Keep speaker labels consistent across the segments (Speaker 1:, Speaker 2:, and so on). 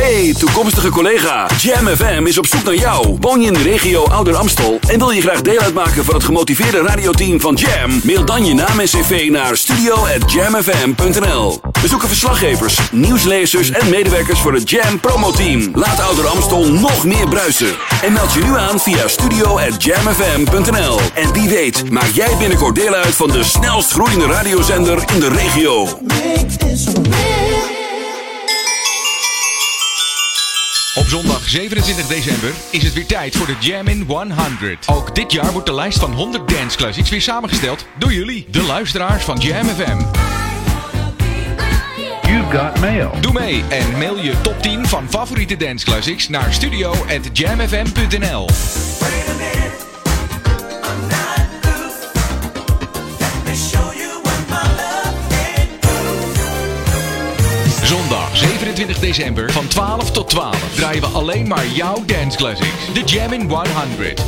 Speaker 1: Hey, toekomstige collega. Jam FM is op zoek naar jou. Woon je in de regio Ouder Amstel en wil je graag deel uitmaken van het gemotiveerde radioteam van Jam? Mail dan je naam en cv naar studio@jamfm.nl. We zoeken verslaggevers, nieuwslezers en medewerkers voor het Jam promoteam. Laat Ouder Amstel nog meer bruisen. En meld je nu aan via studio@jamfm.nl. En wie weet, maak jij binnenkort deel uit van de snelst groeiende radiozender in de regio.
Speaker 2: Op zondag 27 december is het weer tijd voor de Jam in 100. Ook dit jaar wordt de lijst van 100 dance classics weer samengesteld door jullie, de luisteraars van Jam FM.
Speaker 3: You've got mail.
Speaker 2: Doe mee en mail je top 10 van favoriete dance classics naar studio@jamfm.nl. Zondag 27 december van 12 tot 12 draaien we alleen maar jouw dance classics. De Jam in 100.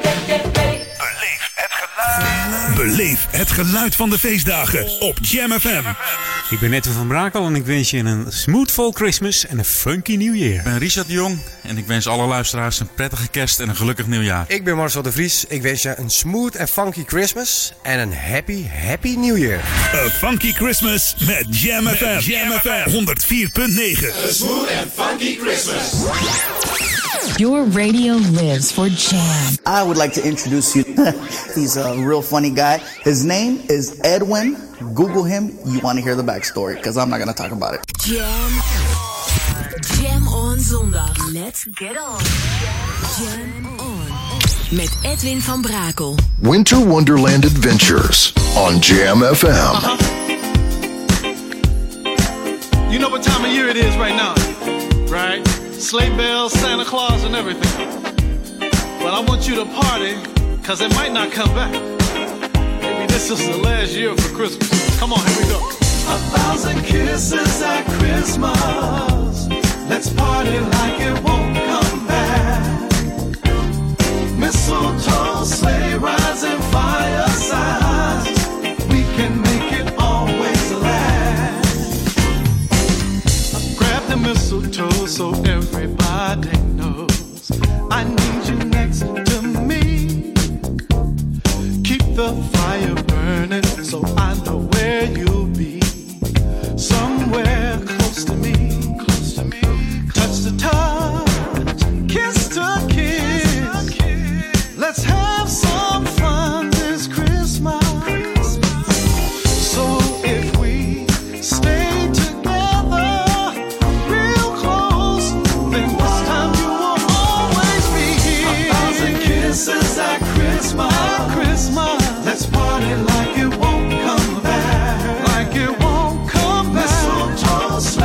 Speaker 4: Beleef het geluid van de feestdagen op Jam FM.
Speaker 5: Ik ben Edwin van Brakel en ik wens je een smoothful Christmas en een funky New Year.
Speaker 6: Ik ben Richard de Jong en ik wens alle luisteraars een prettige kerst en een gelukkig nieuwjaar.
Speaker 7: Ik ben Marcel de Vries. Ik wens je een smooth en funky Christmas en een happy New Year.
Speaker 4: A funky Christmas met Jam FM. Jam FM 104.9.
Speaker 8: A smooth and funky Christmas.
Speaker 9: Your radio lives for Jam.
Speaker 10: I would like to introduce you. He's a real funny guy. His name is Edwin. Google him. You want to hear the backstory, because I'm not going to talk about it.
Speaker 9: Jam on zondag. Let's get on. Jam on. Met Edwin van Brakel.
Speaker 11: Winter Wonderland Adventures on Jam FM.
Speaker 12: You know what time of year it is right now, right? Sleigh bells, Santa Claus, and everything. But I want you to party, because it might not come back. Maybe this is the last year for Christmas. Come on, here we go. 1,000 kisses at Christmas. Let's party like it won't come back. Mistletoe, sleigh rides, and firesides. We can make it always last. Grab the mistletoe so everybody knows I need you next to me. Keep the fire burning so I know where you'll be. Somewhere close to me. Close to me. Touch to touch, kiss to kiss. Let's have some fun this Christmas. So if we stay together real close, then this time you will always be here. 1,000 kisses at Christmas. Let's party like it won't come back. Like it won't come back. Mistletoe,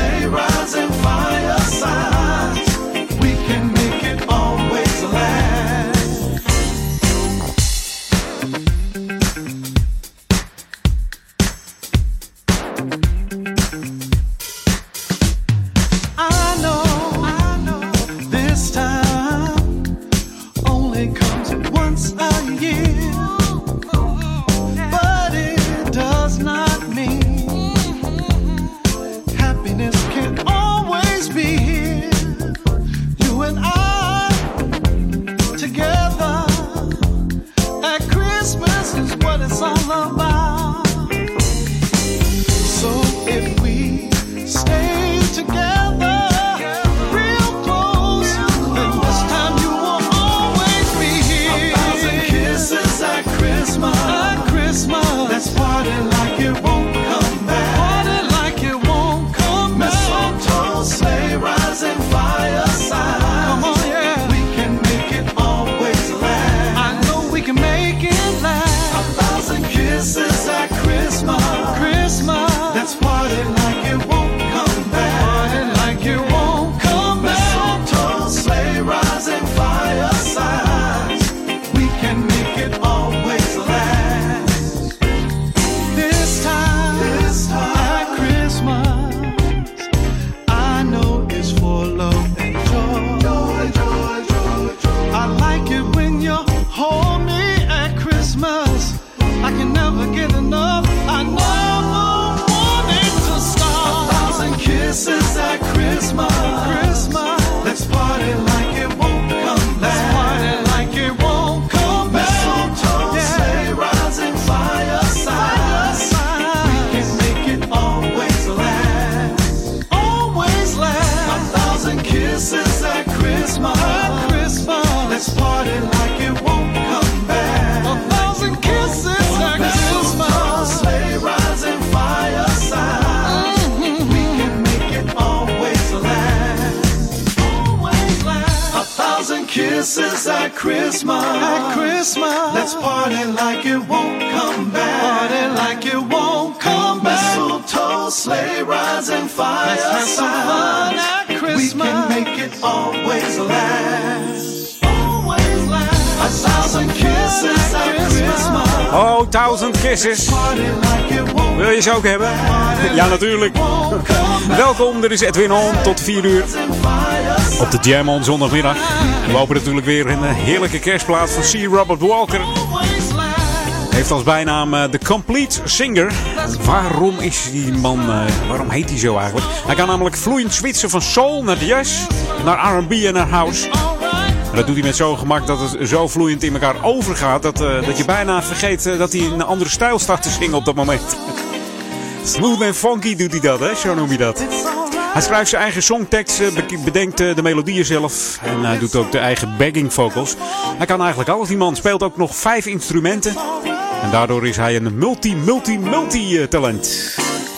Speaker 12: kisses at Christmas. At Christmas. Let's party like it won't come back. 1,000 kisses at Christmas. Sleigh rides and fireside. We can make it always last. Always last. 1,000 kisses at Christmas. At Christmas. Let's party like it won't come back. Party like it won't come back. Mistletoe, sleigh rides and fireside. Let's have some fun at Christmas. We can make it always last. Always last. 1,000 kisses at Christmas.
Speaker 5: Oh, 1,000 kisses. Wil je ze ook hebben? Ja, natuurlijk. Welkom, dit is Edwin On tot 4 uur. Op de Jam On zondagmiddag. We hopen natuurlijk weer een heerlijke kerstplaat van C. Robert Walker. Heeft als bijnaam The Complete Singer. Waarom is die man, waarom heet hij zo eigenlijk? Hij kan namelijk vloeiend switchen van soul naar jazz, naar R&B en naar house. En dat doet hij met zo'n gemak dat het zo vloeiend in elkaar overgaat dat je bijna vergeet dat hij een andere stijl staat te zingen op dat moment. Smooth en funky doet hij dat, hè? Zo noem je dat. Hij schrijft zijn eigen songtekst, bedenkt de melodieën zelf en hij doet ook de eigen backing vocals. Hij kan eigenlijk alles. Die man speelt ook nog 5 instrumenten en daardoor is hij een multi talent.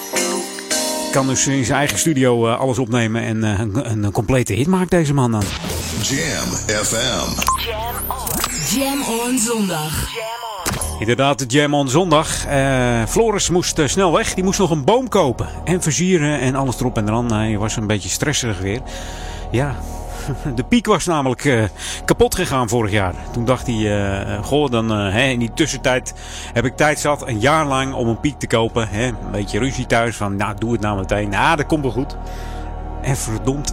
Speaker 5: Kan dus in zijn eigen studio alles opnemen en een complete hit maakt deze man dan.
Speaker 11: Jam FM.
Speaker 9: Jam on zondag.
Speaker 5: Inderdaad, de Jam on zondag. Floris moest snel weg. Die moest nog een boom kopen. En versieren en alles erop en eraan. Hij was een beetje stresserig weer. Ja, de piek was namelijk kapot gegaan vorig jaar. Toen dacht hij, in die tussentijd heb ik tijd zat. Een jaar lang om een piek te kopen. Een beetje ruzie thuis. Van, nou, doe het nou meteen. Nou, dat komt wel goed. En verdomd.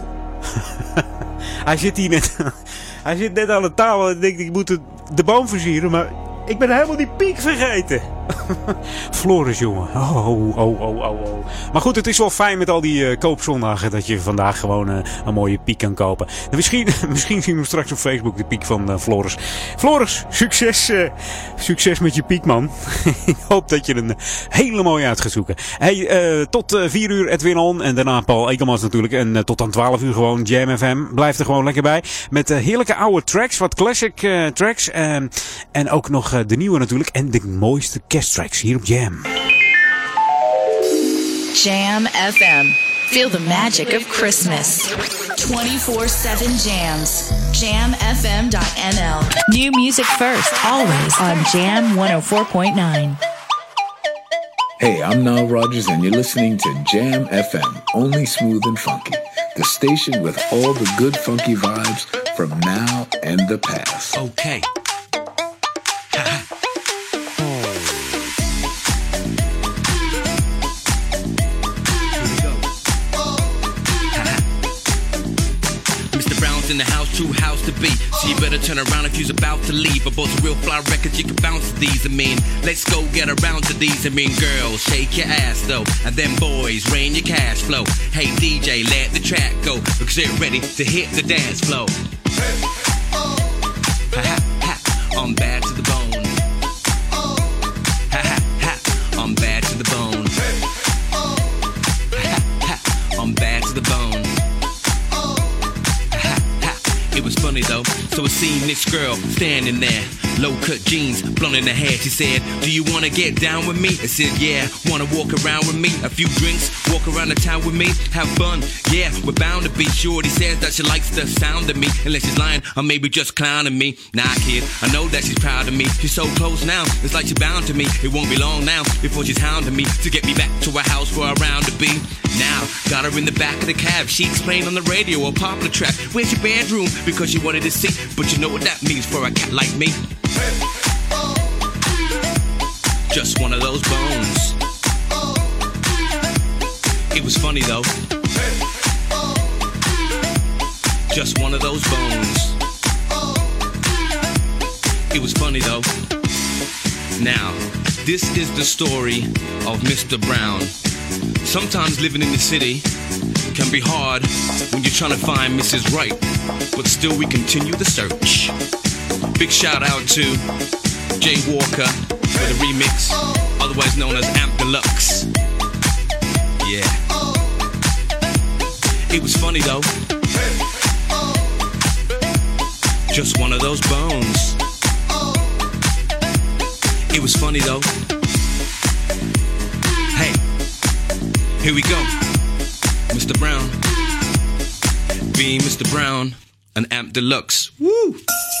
Speaker 5: Hij zit hier net. Hij zit net aan de tafel en denkt, ik moet de boom versieren, maar ik ben helemaal die piek vergeten. Floris, jongen. Oh. Maar goed, het is wel fijn met al die koopzondagen dat je vandaag gewoon een mooie piek kan kopen. En misschien zien we straks op Facebook de piek van Floris. Floris, succes met je piek, man. Ik hoop dat je een hele mooie uit gaat zoeken. Hey, tot 4 uur Edwin On en daarna Paul Ekelmans natuurlijk. En tot aan 12 uur gewoon Jam FM. Blijf er gewoon lekker bij. Met heerlijke oude tracks, wat classic tracks. En ook nog de nieuwe natuurlijk. En de mooiste kersttracks hier op Jam.
Speaker 3: Jam FM. Feel the magic of Christmas. 24/7 jams. JamFM.nl. New music first, always on Jam 104.9.
Speaker 13: Hey, I'm Nile Rodgers and you're listening to Jam FM. Only smooth and funky. The station with all the good funky vibes from now and the past.
Speaker 14: Okay. In the house, true house to be. So you better turn around if you's about to leave. I bought some real fly records, you can bounce to these. I mean, let's go get around to these. I mean, girls, shake your ass though. And then boys, rain your cash flow. Hey DJ, let the track go, because they're ready to hit the dance floor. Ha ha ha, I'm bad to the bone. Ha ha ha, I'm bad to the bone. Ha ha ha, I'm bad to the bone. It was funny though, so I seen this girl standing there, low-cut jeans, blonde in her hair. She said, do you wanna get down with me? I said, yeah. Wanna walk around with me? A few drinks, walk around the town with me? Have fun? Yeah, we're bound to be. Shorty says that she likes the sound of me, unless she's lying or maybe just clowning me. Nah, kid, I know that she's proud of me. She's so close now, it's like she's bound to me. It won't be long now before she's hounding me to get me back to her house for a round to be. Now, got her in the back of the cab. She explained on the radio a popular track. Where's your bedroom? Because she wanted to see. But you know what that means for a cat like me. Just one of those bones. It was funny though. Just one of those bones. It was funny though. Now, this is the story of Mr. Brown. Sometimes living in the city can be hard when you're trying to find Mrs. Right, but still we continue the search. Big shout out to Jay Walker for the remix, otherwise known as Amp Deluxe. Yeah. It was funny though. just one of those bones. It was funny though. Hey, here we go. Mr. Brown. Being Mr. Brown, an amp deluxe. Woo!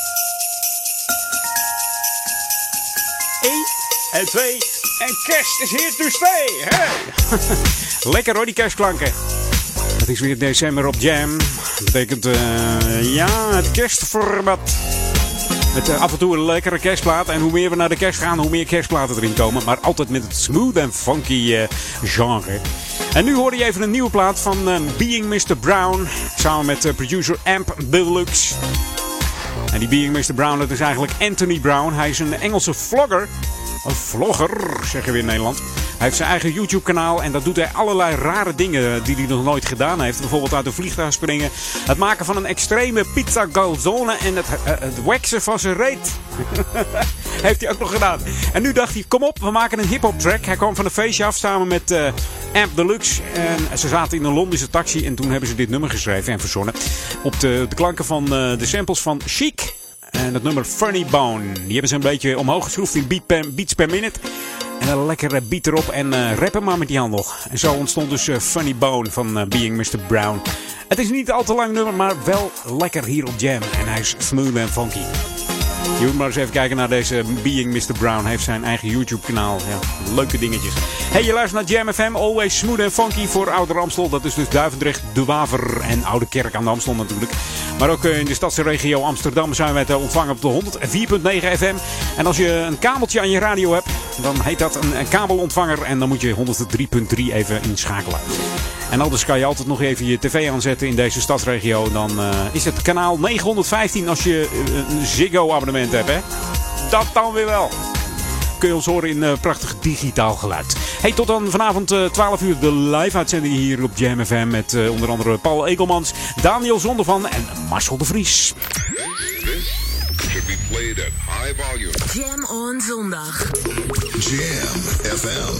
Speaker 5: 1 en 2 en kerst is here to stay. Hey. Lekker hoor, die kerstklanken. Het is weer december op Jam. Dat betekent, het kerstformat. Met af en toe een lekkere kerstplaat. En hoe meer we naar de kerst gaan, hoe meer kerstplaten erin komen. Maar altijd met het smooth en funky genre. En nu hoor je even een nieuwe plaat van Being Mr. Brown. Samen met producer Amp Deluxe. En die Being Mr. Brown, dat is eigenlijk Anthony Brown. Hij is een Engelse vlogger. Een vlogger, zeggen we in Nederland. Hij heeft zijn eigen YouTube-kanaal en dat doet hij allerlei rare dingen die hij nog nooit gedaan heeft. Bijvoorbeeld uit een vliegtuig springen, het maken van een extreme pizza calzone en het waxen van zijn reet. Heeft hij ook nog gedaan. En nu dacht hij, kom op, we maken een hip-hop track. Hij kwam van een feestje af samen met Amp Deluxe. En ze zaten in een Londense taxi en toen hebben ze dit nummer geschreven en verzonnen. Op de klanken van de samples van Chic. En het nummer Funny Bone. Die hebben ze een beetje omhoog geschroefd in beats per minute. En een lekkere beat erop en rappen maar met die handel. En zo ontstond dus Funny Bone van Being Mr. Brown. Het is niet al te lang nummer, maar wel lekker hier op Jam. En hij is smooth en funky. Je moet maar eens even kijken naar deze Being Mr. Brown. Hij heeft zijn eigen YouTube-kanaal. Ja, leuke dingetjes. Hey, je luistert naar Jam FM. Always smooth en funky voor Ouder Amstel. Dat is dus Duivendrecht, De Waver en Oude Kerk aan de Amstel natuurlijk. Maar ook in de stadsregio Amsterdam zijn wij te ontvangen op de 104.9 FM. En als je een kabeltje aan je radio hebt, dan heet dat een kabelontvanger. En dan moet je 103.3 even inschakelen. En anders kan je altijd nog even je tv aanzetten in deze stadsregio. Dan is het kanaal 915 als je een Ziggo-abonnement hebt. Hè? Dat dan weer wel. Kun je ons horen in prachtig digitaal geluid. Hey, tot dan vanavond 12 uur de live-uitzending hier op Jam FM. Met onder andere Paul Egelmans, Daniel Zondervan en Marcel de Vries.
Speaker 11: This should be played at high volume.
Speaker 9: Jam on zondag.
Speaker 11: Jam FM.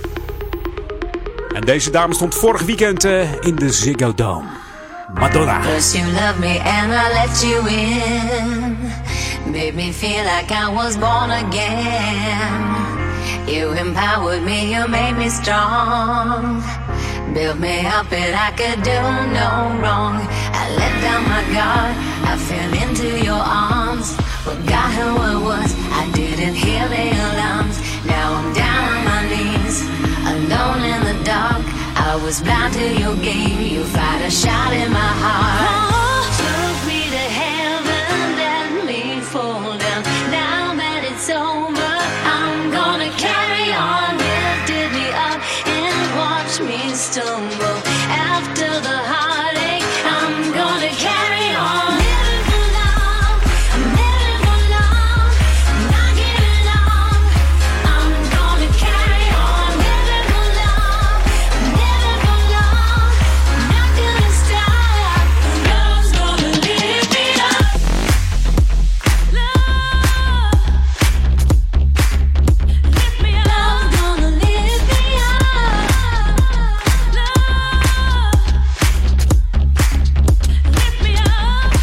Speaker 5: En deze dame stond vorig weekend in de Ziggo Dome. Madonna.
Speaker 15: First you loved me and I let you in. Made me feel like I was born again. You empowered me, you made me strong. Built me up and I could do no wrong. I let down my guard, I fell into your arms. Forgot who I was, I didn't hear the alarms. Now I'm down on my knees, alone in the dark. I was bound to your game, you fired a shot in my heart. Took me to heaven, let me fall down. Now that it's over, I'm gonna carry on. Lifted me up and watch me stumble. After the heartache, I'm gonna carry on. Living for love, I'm living for love. I'm not giving up, I'm gonna carry on. Living for love, I'm living for love. I'm not gonna stop, love's gonna lift me up. Love, lift me up. Love's gonna lift me up. Love, lift me up.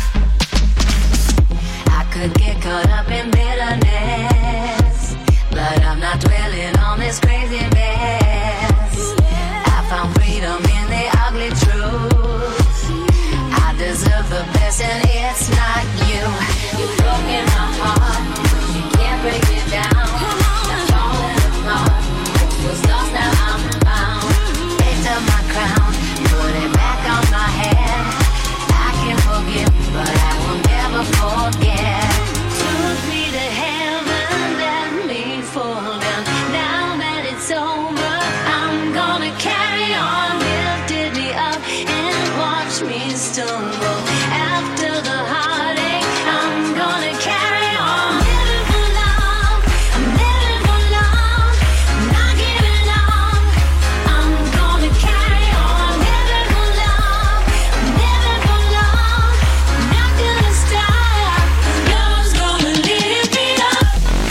Speaker 15: I could get caught up in bitterness, but I'm not dwelling on this crazy mess. I found freedom in the ugly truth. I deserve the best and it's not you. You've broken my heart, you can't break me down. I'm falling apart, was lost, now I'm found. Picked up my crown, put it back on my head. I can forgive, but I will never forget. Took me to heaven, let me fall down. Now that it's over, I'm gonna carry on. Lifted me up and watch me stumble. After the heartache, I'm gonna carry on. Living for love, I'm living for love. I'm not giving up, I'm gonna carry on. Living for love, I'm living for love. I'm not gonna stop, love's gonna lift me up.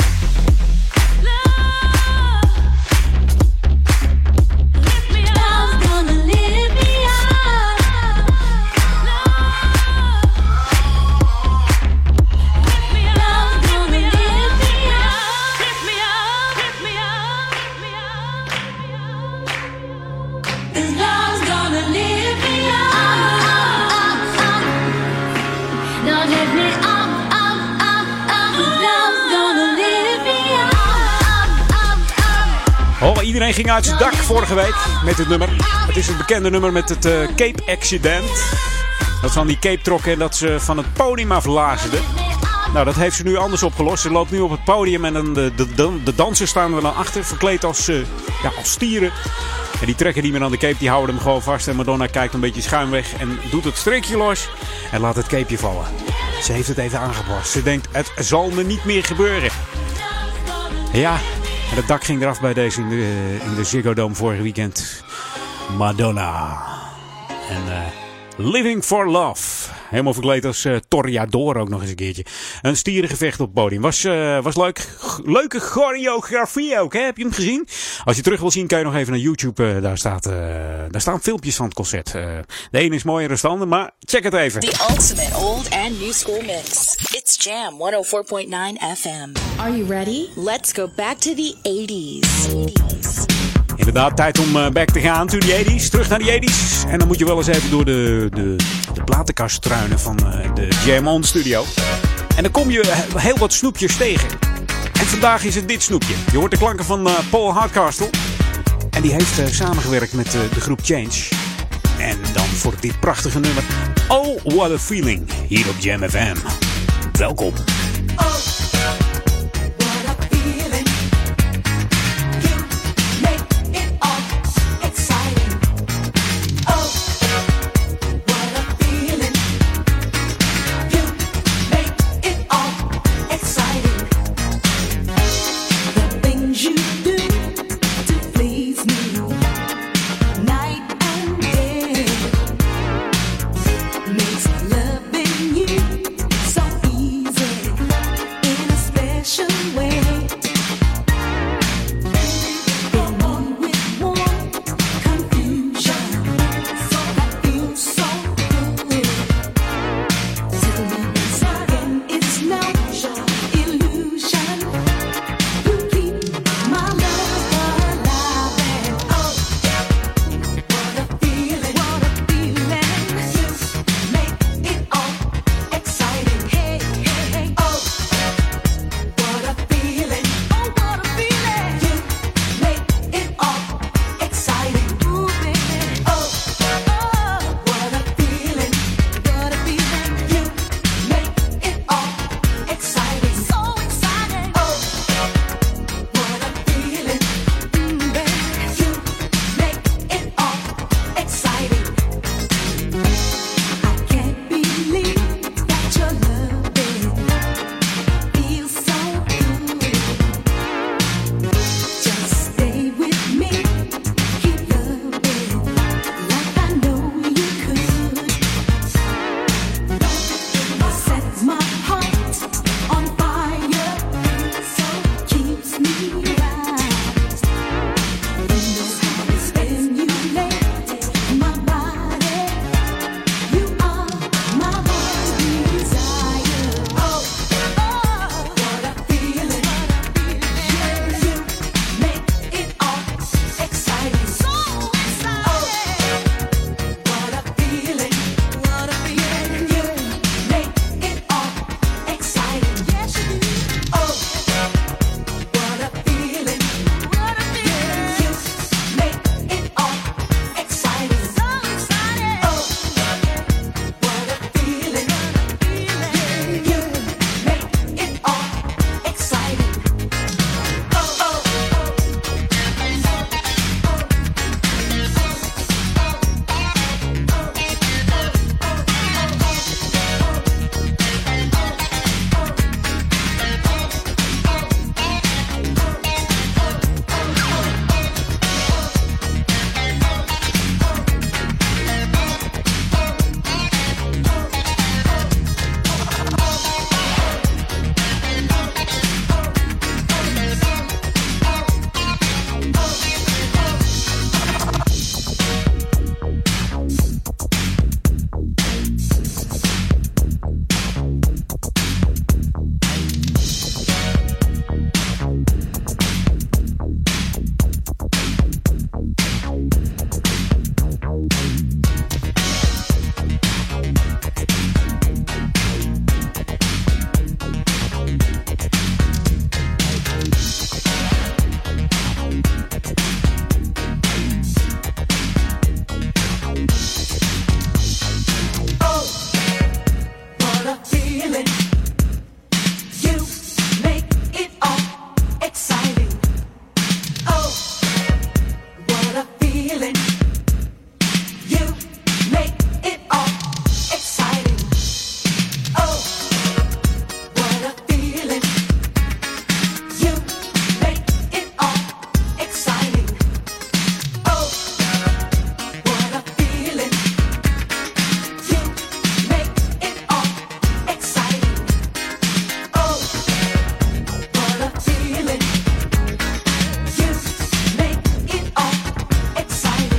Speaker 15: Love, lift me up. Love's gonna lift me up. Love,
Speaker 5: iedereen ging uit zijn dak vorige week met dit nummer. Het is het bekende nummer met het Cape Accident. Dat ze aan die cape trokken en dat ze van het podium aflazen. Nou, dat heeft ze nu anders opgelost. Ze loopt nu op het podium en dan de dansers staan er dan achter, verkleed als stieren. En die trekken niet meer aan de cape, die houden hem gewoon vast. En Madonna kijkt een beetje schuin weg en doet het strikje los en laat het capeje vallen. Ze heeft het even aangepast. Ze denkt, het zal me niet meer gebeuren. Ja, en het dak ging eraf bij deze in de Ziggo Dome vorig weekend. Madonna. En Living for Love. Helemaal verkleed als Toreador ook nog eens een keertje. Een stierengevecht op het podium. Was leuk. Leuke choreografie ook, hè? Heb je hem gezien? Als je terug wil zien, kan je nog even naar YouTube. Daar staan filmpjes van het concert. De ene is mooier dan de ander, maar check het even.
Speaker 3: The ultimate old and new school mix. It's Jam 104.9 FM. Are you ready? Let's go back to the 80s.
Speaker 5: Inderdaad, tijd om back te gaan to the 80s. Terug naar de 80s. En dan moet je wel eens even door de platenkast struinen van de Jam On Studio. En dan kom je heel wat snoepjes tegen. En vandaag is het dit snoepje. Je hoort de klanken van Paul Hardcastle. En die heeft samengewerkt met de groep Change. En dan voor dit prachtige nummer. Oh, what a feeling. Hier op Jam FM. Welkom.
Speaker 16: Makes loving you so easy.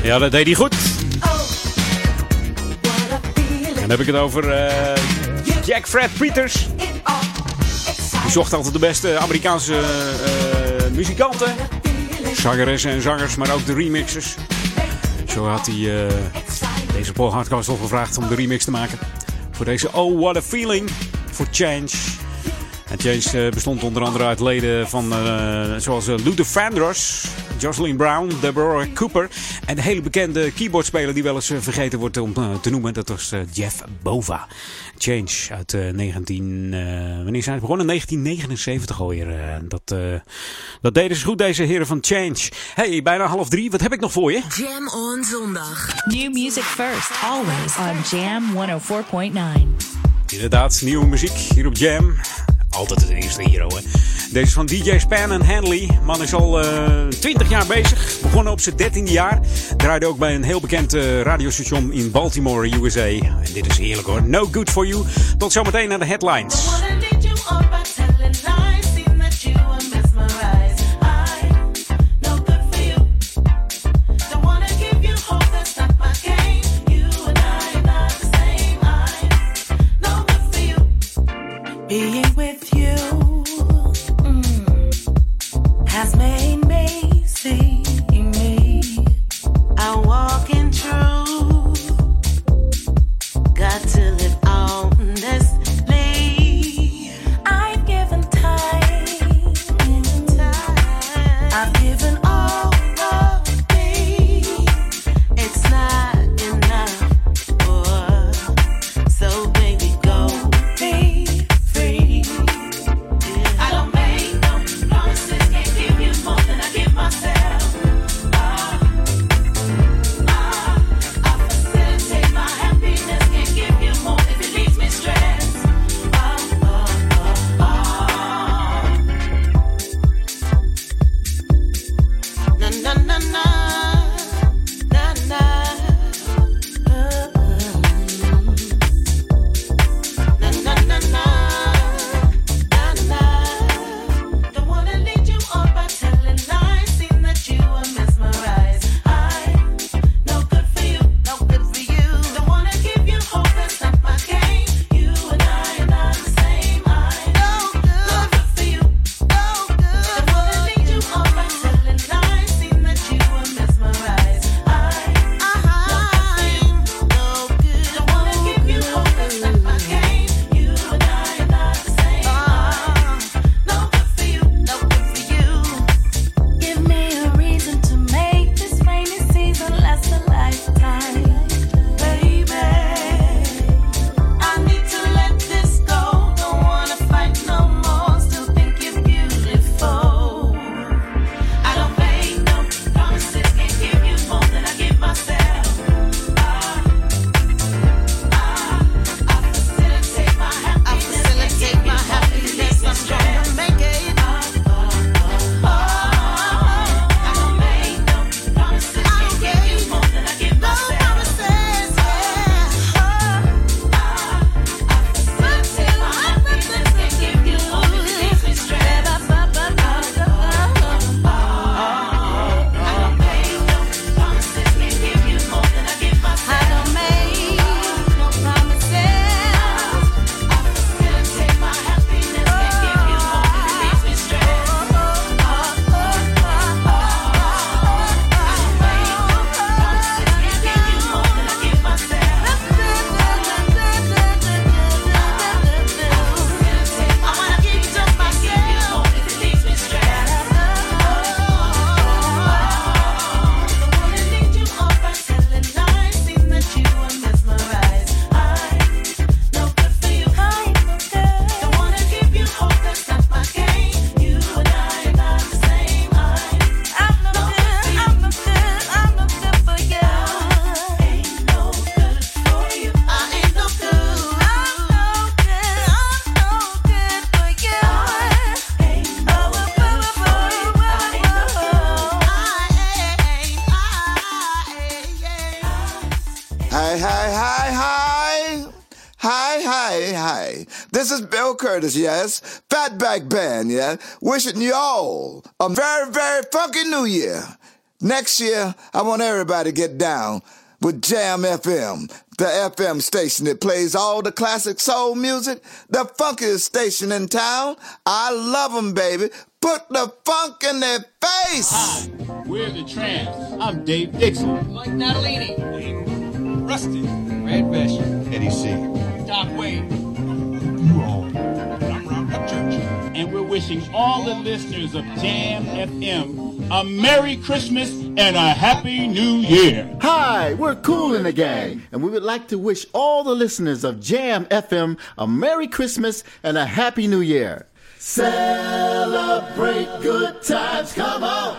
Speaker 5: Ja, dat deed hij goed. En dan heb ik het over Jack Fred Peters. Die zocht altijd de beste Amerikaanse muzikanten. Zangeressen en zangers, maar ook de remixers. Zo had hij deze Paul Hardcastle gevraagd om de remix te maken. Voor deze Oh What a Feeling voor Change. En Change bestond onder andere uit leden van zoals Luther Vandross, Jocelyn Brown, Deborah Cooper. En de hele bekende keyboardspeler die wel eens vergeten wordt om te noemen. Dat was Jeff Bova. Change uit wanneer zijn ze begonnen? 1979 alweer. Dat deden ze goed, deze heren van Change. Hey, bijna 2:30. Wat heb ik nog voor je?
Speaker 9: Jam on zondag.
Speaker 3: New music first, always on Jam 104.9.
Speaker 5: Inderdaad, nieuwe muziek hier op Jam. Altijd het eerste hier, hoor. Deze is van DJ Span en Hanley. Man is al 20 jaar bezig. Begonnen op zijn 13e jaar. Draaide ook bij een heel bekend radiostation in Baltimore, USA. En dit is heerlijk, hoor. No Good For You. Tot zometeen naar de headlines.
Speaker 16: Being with you has made me see me. I'm walking through. Got to live honestly. I've given time. I've given all of me. It's not enough. So baby, go be. I don't make no promises, can't give you more than I give myself. I facilitate my happiness, can't give you more if it leaves me stressed. Na na na na, na na. Na na na na.
Speaker 17: Hi. This is Bill Curtis, yes? Fatback Band, yeah? Wishing you all a very, very funky new year. Next year, I want everybody to get down with Jam FM, the FM station that plays all the classic soul music, the funkiest station in town. I love them, baby. Put the funk in their face.
Speaker 18: Hi, we're the Tramps. I'm Dave Dixon. Mike Natalini. Rusty. Red Bishop. Eddie C. Doc Wade. I'm Robert Church. And we're wishing all the listeners of Jam FM a Merry Christmas and a Happy New Year.
Speaker 19: Hi, we're Kool and the Gang, and we would like to wish all the listeners of Jam FM a Merry Christmas and a Happy New Year. Celebrate good times, come on!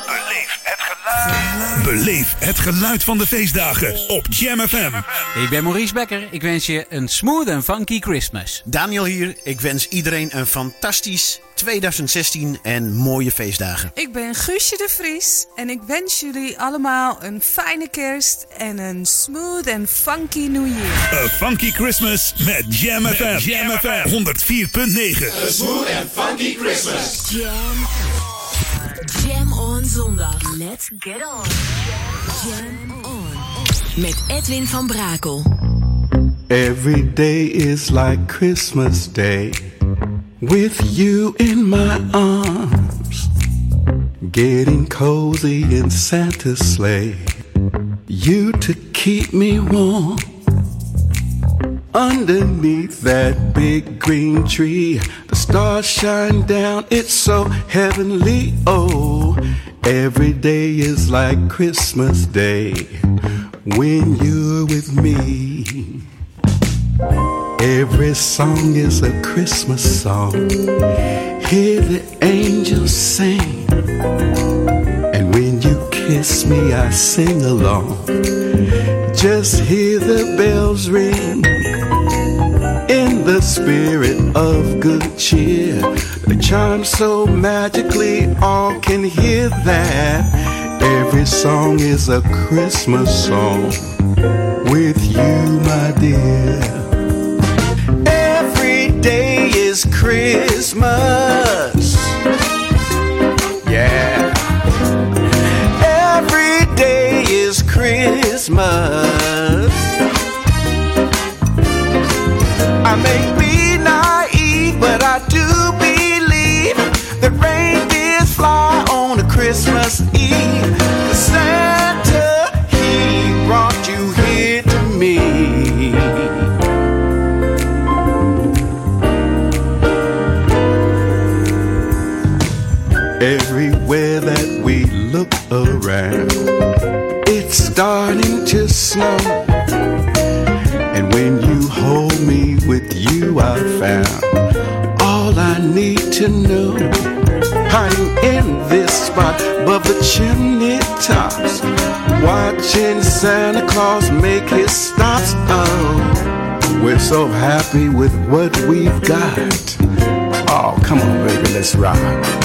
Speaker 4: Beleef het geluid van de feestdagen op Jam FM.
Speaker 20: Ik ben Maurice Becker. Ik wens je een smooth en funky Christmas.
Speaker 21: Daniel hier. Ik wens iedereen een fantastisch 2016 en mooie feestdagen.
Speaker 22: Ik ben Guusje de Vries en ik wens jullie allemaal een fijne kerst en een smooth en funky New Year.
Speaker 4: A funky Christmas met Jam FM. Jam FM 104.9.
Speaker 8: A smooth and funky Christmas.
Speaker 9: Jam on zondag. Let's get on. Jam on. Met Edwin van Brakel.
Speaker 23: Every day is like Christmas Day. With you in my arms. Getting cozy in Santa's sleigh. You to keep me warm. Underneath that big green tree, the stars shine down, it's so heavenly, oh. Every day is like Christmas Day when you're with me. Every song is a Christmas song. Hear the angels sing, and when you kiss me I sing along. Just hear the bells ring. In the spirit of good cheer, the chime so magically all can hear that. Every song is a Christmas song with you, my dear. Every day is Christmas. Yeah. Every day is Christmas. I may be naive, but I do believe that reindeers fly on a Christmas Eve. The Santa, he brought you here to me. Everywhere that we look around, it's starting to snow. And when you hold me, with you I found all I need to know. Hiding in this spot above the chimney tops, watching Santa Claus make his stops. Oh, we're so happy with what we've got. Oh, come on, baby, let's rock.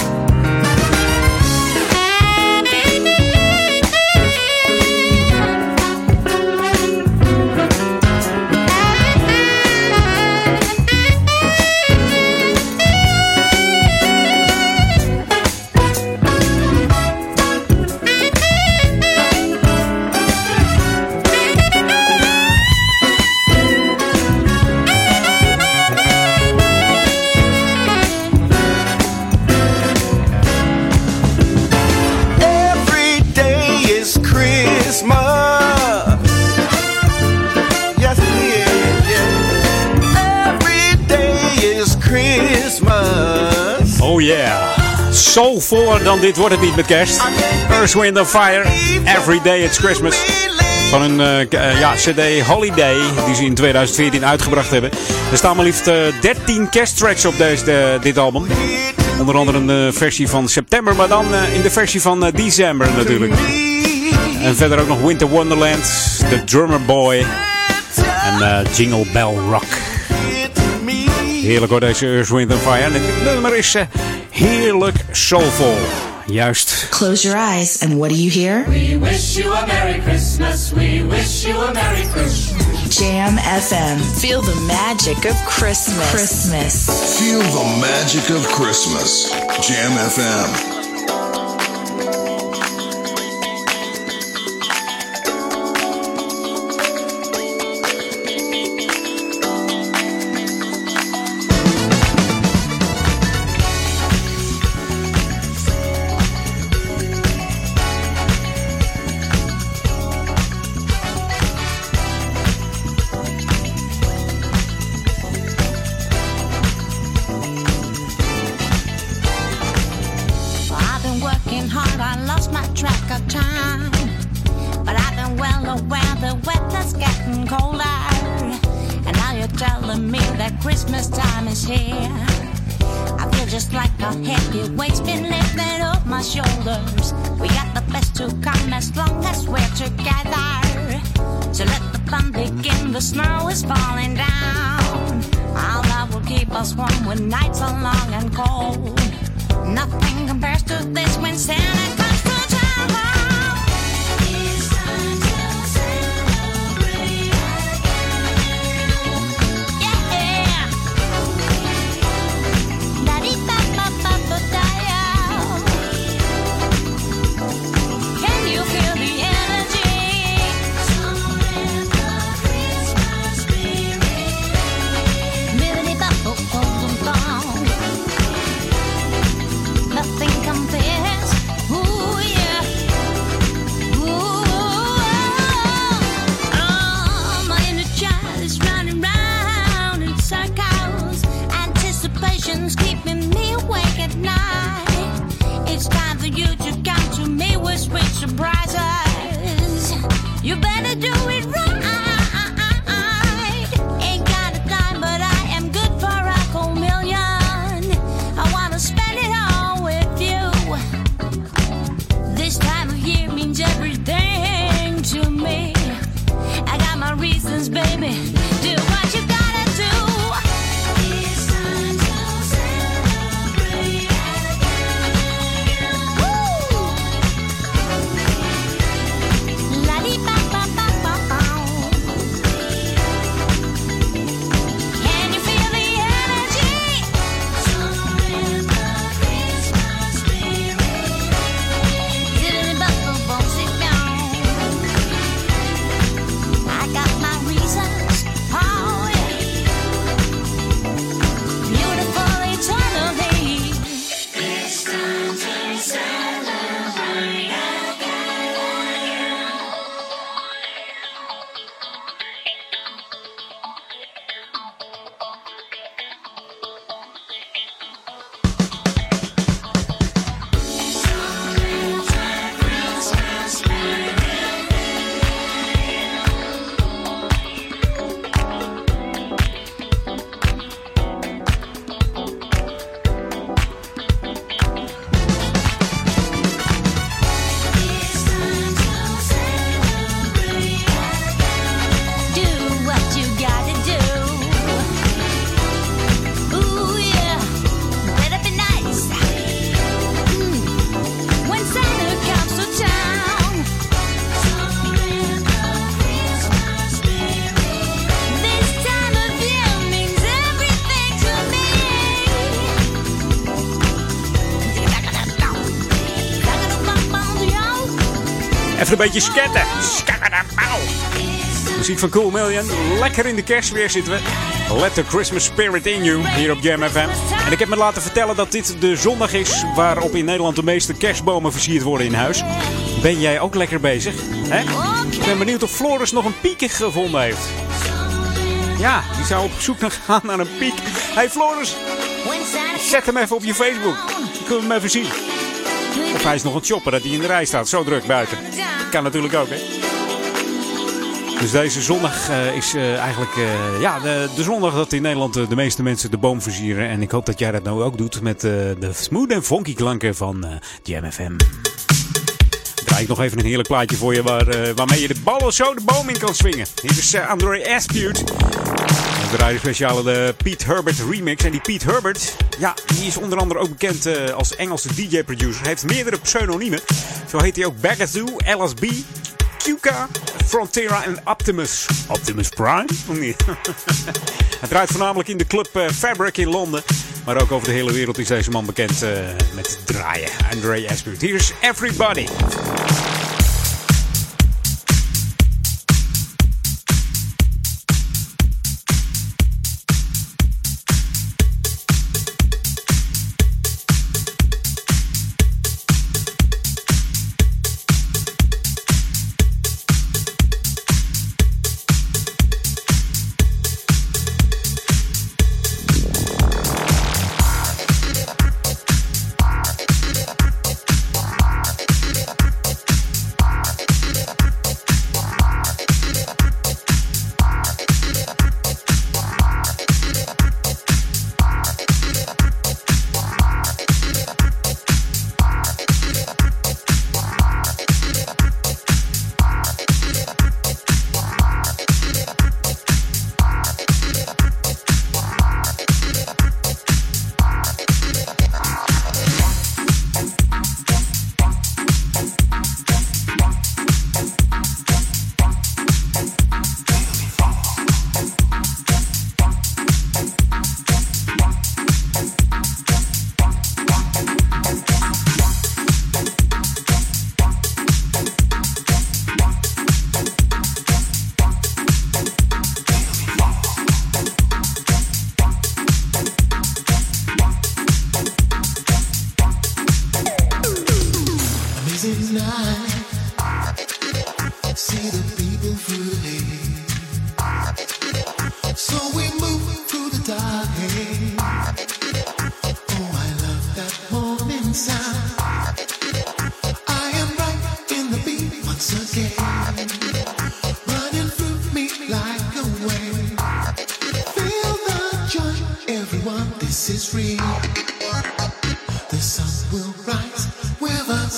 Speaker 5: Soulvoller dan dit wordt het niet met kerst. Earth, Wind & Fire, Every Day It's Christmas. Van hun CD Holiday, die ze in 2014 uitgebracht hebben. Er staan maar liefst 13 kersttracks op dit album. Onder andere een versie van september, maar dan in de versie van december natuurlijk. En verder ook nog Winter Wonderland, The Drummer Boy en Jingle Bell Rock. Heerlijk hoor, deze Earth, Wind & Fire. En het nummer is heerlijk soulful. Juist.
Speaker 3: Close your eyes and what do you hear?
Speaker 16: We wish you a Merry Christmas. We wish you a Merry Christmas.
Speaker 3: Jam FM. Feel the magic of Christmas.
Speaker 11: Feel the magic of Christmas. Jam FM.
Speaker 15: telling me that Christmas time is here. I feel just like a heavy weight's been lifted off my shoulders. We got the best to come as long as we're together. So let the fun begin, the snow is falling down. All that will keep us warm when nights are long and cold. Nothing compares to this when Santa comes to town. It's time to celebrate again. Yeah. Can you feel the energy? Somewhere the Christmas spirit. Nothing compares. Ooh, yeah. Ooh. Oh, my inner child is running round in circles. Anticipation's keeping me awake at night. It's time for you to come to me with sweet surprises. You better do it right. Ain't got a dime, but I am good for a cool million. I wanna spend it all with you. This time of year means everything to me. I got my reasons, baby. Do what you gotta do. It's time to celebrate again. Woo! La-dee-ba-ba-ba-ba-ba. Can you feel the energy? Somewhere the Christmas spirit. Diddly-bop-bop-bop, sit down. I got my reasons, oh yeah. Beautiful eternity. It's time to celebrate again. Christmas spirit. It's time to celebrate again. Do what you gotta do. Ooh yeah, better be nice. When Santa comes to town. Somewhere the Christmas spirit. This time of year means everything to me.
Speaker 5: Even een beetje sketten. Skakadabau. Muziek van Cool Million. Lekker in de kerstweer zitten we. Let the Christmas spirit in you. Hier op Jam FM. En ik heb me laten vertellen dat dit de zondag is waarop in Nederland de meeste kerstbomen versierd worden in huis. Ben jij ook lekker bezig? Hè? Ik ben benieuwd of Floris nog een piek gevonden heeft. Ja, die zou op zoek gaan naar een piek. Hey Floris, zet hem even op je Facebook. Dan kunnen we hem even zien. Of hij is nog aan het shoppen dat hij in de rij staat. Zo druk buiten. Kan natuurlijk ook, hè. Dus deze zondag is eigenlijk de zondag dat in Nederland de meeste mensen de boom versieren. En ik hoop dat jij dat nou ook doet met de smooth en funky klanken van Jam FM. Draai ik nog even een heerlijk plaatje voor je waarmee je de ballen zo de boom in kan swingen. Hier is André Aspute. We draaien speciale de Pete Herbert remix. En die Pete Herbert, ja, die is onder andere ook bekend als Engelse DJ-producer. Hij heeft meerdere pseudoniemen. Zo heet hij ook Bagatoo, LSB, Cuca, Frontera en Optimus. Optimus Prime? Of niet? Hij draait voornamelijk in de club Fabric in Londen. Maar ook over de hele wereld is deze man bekend met draaien. André Aspute. Hier is Everybody.
Speaker 23: everyone, this is real. The sun will rise with us.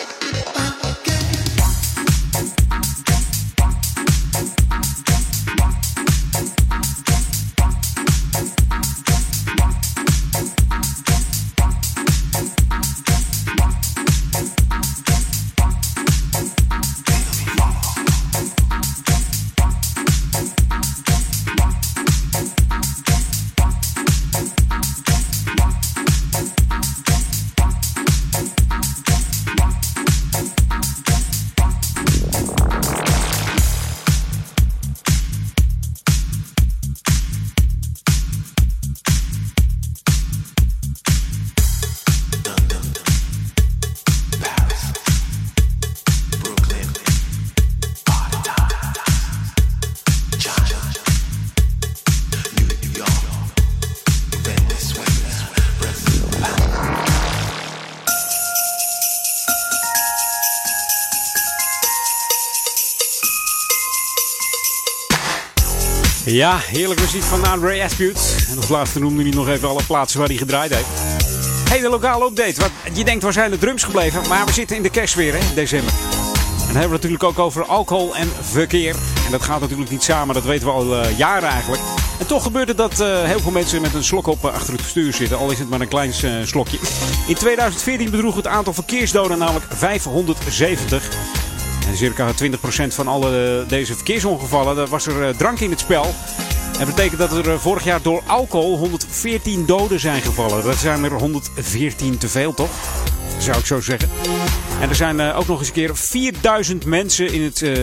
Speaker 5: Ja, heerlijk muziek van Andre Aspuut. En als laatste noemde hij nog even alle plaatsen waar hij gedraaid heeft. Hey, de lokale update. Je denkt, waar zijn de drums gebleven? Maar we zitten in de kerstweer, hè, in december. En dan hebben we het natuurlijk ook over alcohol en verkeer. En dat gaat natuurlijk niet samen, dat weten we al jaren eigenlijk. En toch gebeurt het dat heel veel mensen met een slok op achter het stuur zitten. Al is het maar een klein slokje. In 2014 bedroeg het aantal verkeersdoden namelijk 570. En circa 20% van alle deze verkeersongevallen, daar was er drank in het spel. Dat betekent dat er vorig jaar door alcohol 114 doden zijn gevallen. Dat zijn er 114 te veel, toch? Zou ik zo zeggen. En er zijn ook nog eens een keer 4000 mensen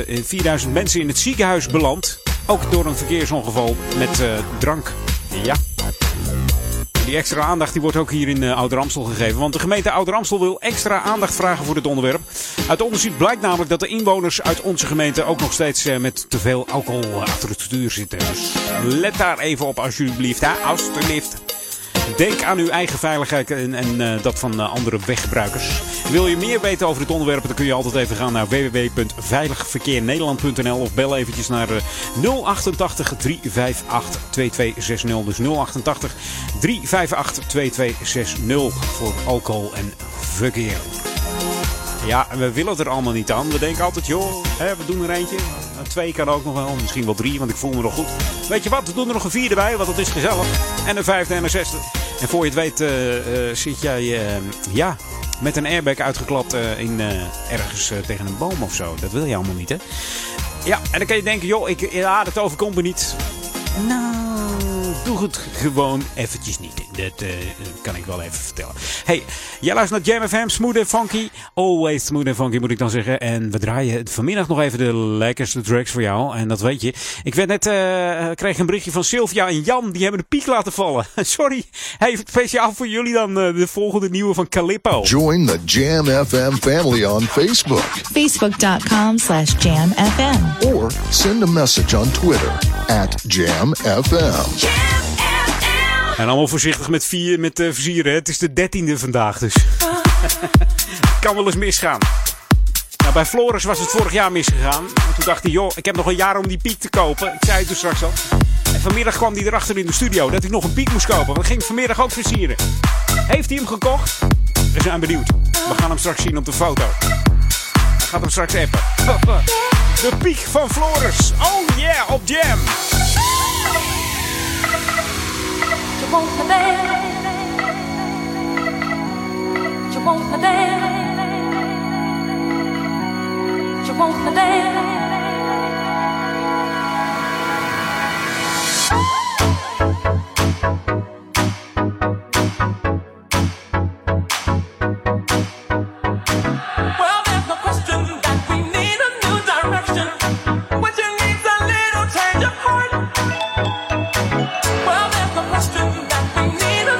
Speaker 5: in het ziekenhuis beland. Ook door een verkeersongeval met drank. Ja. Die extra aandacht die wordt ook hier in Ouder-Amstel gegeven. Want de gemeente Ouder-Amstel wil extra aandacht vragen voor dit onderwerp. Uit onderzoek blijkt namelijk dat de inwoners uit onze gemeente ook nog steeds met te veel alcohol achter het stuur zitten. Dus let daar even op alsjeblieft. Hè? Alsjeblieft. Denk aan uw eigen veiligheid en dat van andere weggebruikers. Wil je meer weten over dit onderwerp, dan kun je altijd even gaan naar www.veiligverkeernederland.nl of bel eventjes naar 088 358 2260. Dus 088 358 2260 voor alcohol en verkeer. Ja, we willen er allemaal niet aan. We denken altijd, joh, we doen er eentje. 2 kan ook nog wel, misschien wel 3, want ik voel me nog goed. Weet je wat, we doen er nog een 4 erbij, want het is gezellig. En een 5e en een 6e. En voor je het weet zit jij met een airbag uitgeklapt ergens tegen een boom of zo. Dat wil je allemaal niet, hè? Ja, en dan kan je denken, joh, dat overkomt me niet. Nou, doe het gewoon eventjes niet. Dat kan ik wel even vertellen. Hey, jij luistert naar Jam FM, Smooth and Funky. Always Smooth and Funky moet ik dan zeggen. En we draaien vanmiddag nog even de lekkerste tracks voor jou. En dat weet je. Ik kreeg een berichtje van Sylvia en Jan. Die hebben de piek laten vallen. Sorry. Hey, speciaal voor jullie dan de volgende nieuwe van Calippo.
Speaker 11: Join the Jam FM family on Facebook.
Speaker 3: Facebook.com/JamFM.
Speaker 11: Or send a message on Twitter @JamFM.
Speaker 5: En allemaal voorzichtig met versieren. Het is de 13e vandaag, dus het kan wel eens misgaan. Nou, bij Floris was het vorig jaar misgegaan. En toen dacht hij, joh, ik heb nog een jaar om die piek te kopen. Ik zei het toen straks al. En vanmiddag kwam hij erachter in de studio dat hij nog een piek moest kopen. Want hij ging vanmiddag ook versieren. Heeft hij hem gekocht? We zijn benieuwd. We gaan hem straks zien op de foto. Hij gaat hem straks appen. De piek van Floris. Oh yeah, op Jam.
Speaker 16: You want me there? You want me there? You want me there? Well, there's no question that we need a new direction. What you need's a little change of heart. Well, there's no question that we need a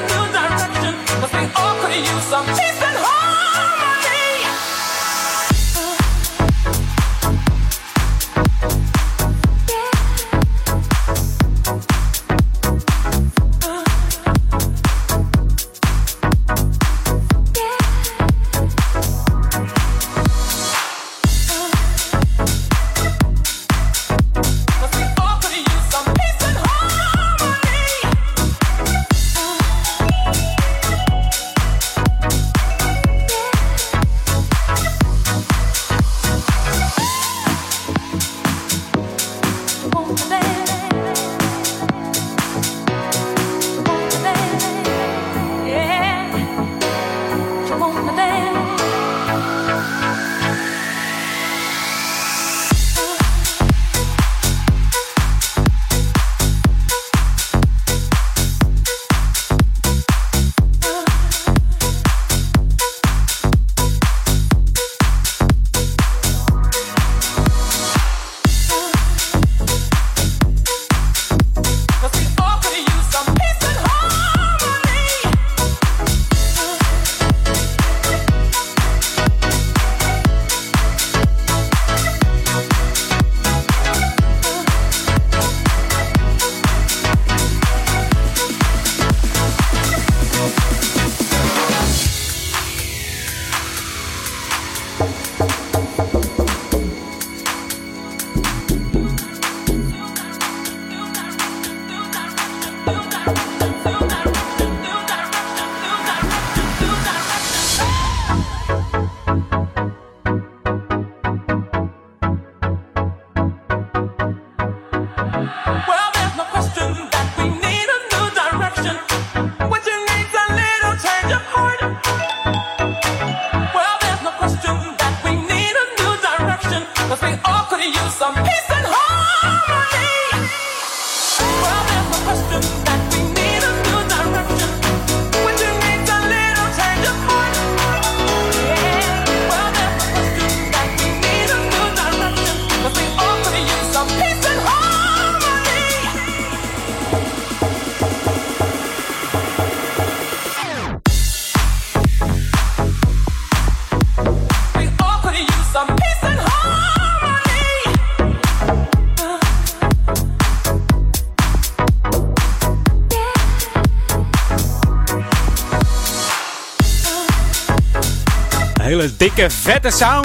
Speaker 5: Hele dikke, vette sound.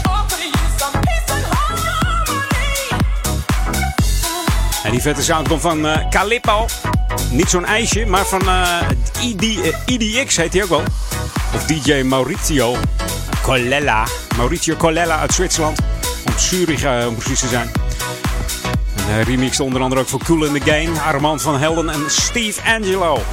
Speaker 5: En die vette sound komt van Calippo. Niet zo'n ijsje, maar van EDX heet hij ook wel. Of DJ Maurizio Colella. Maurizio Colella uit Zwitserland. Om Zurich om precies te zijn. En hij remixte onder andere ook voor Cool in the Game, Armand van Helden en Steve Angelo.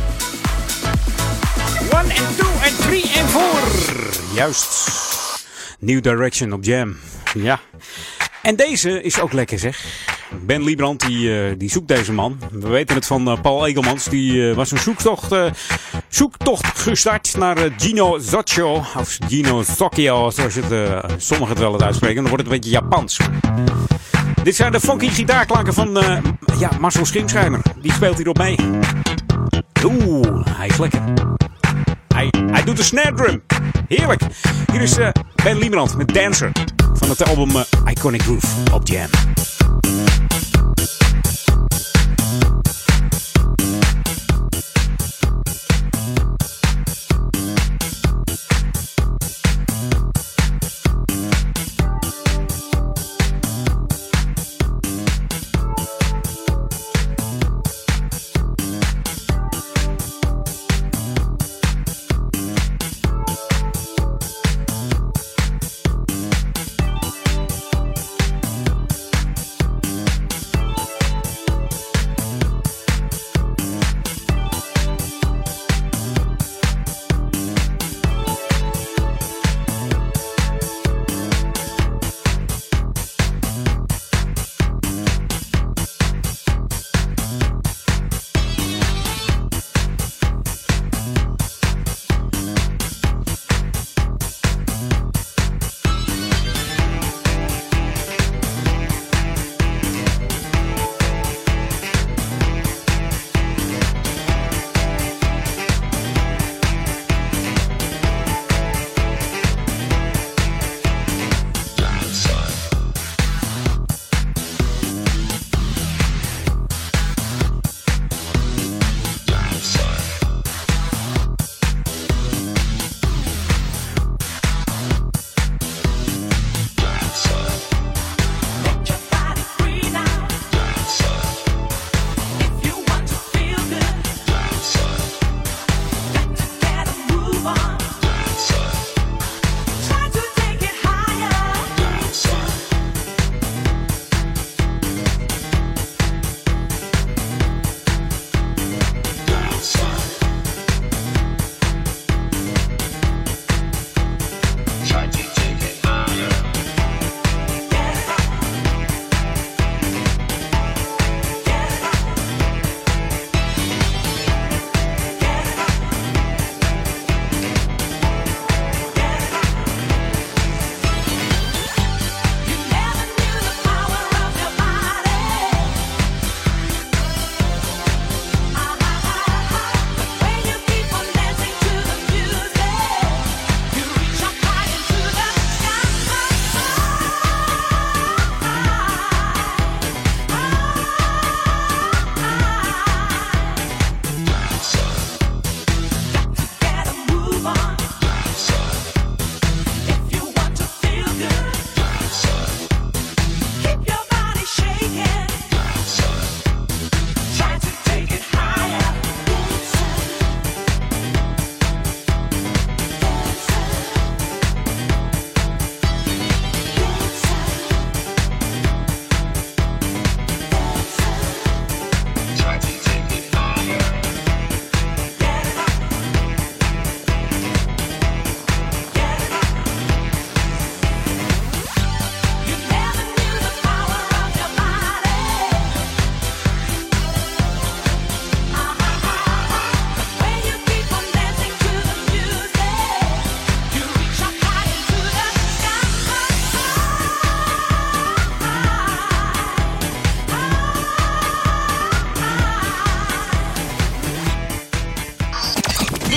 Speaker 5: 1 en 2 en 3 en 4. Juist. New Direction op Jam. Ja. En deze is ook lekker, zeg. Ben Liebrand die zoekt deze man. We weten het van Paul Egelmans. Die was een zoektocht gestart naar Gino Zocchio. Of Gino Zocchio, zoals sommigen het wel uitspreken. Dan wordt het een beetje Japans. Dit zijn de funky gitaarklanken van Marcel Schimschijmer. Die speelt hierop mee. Oeh, hij is lekker. Hij doet de snare drum. Heerlijk. Hier is Ben Liebrand met Dancer. Van het album Iconic Groove op Jam.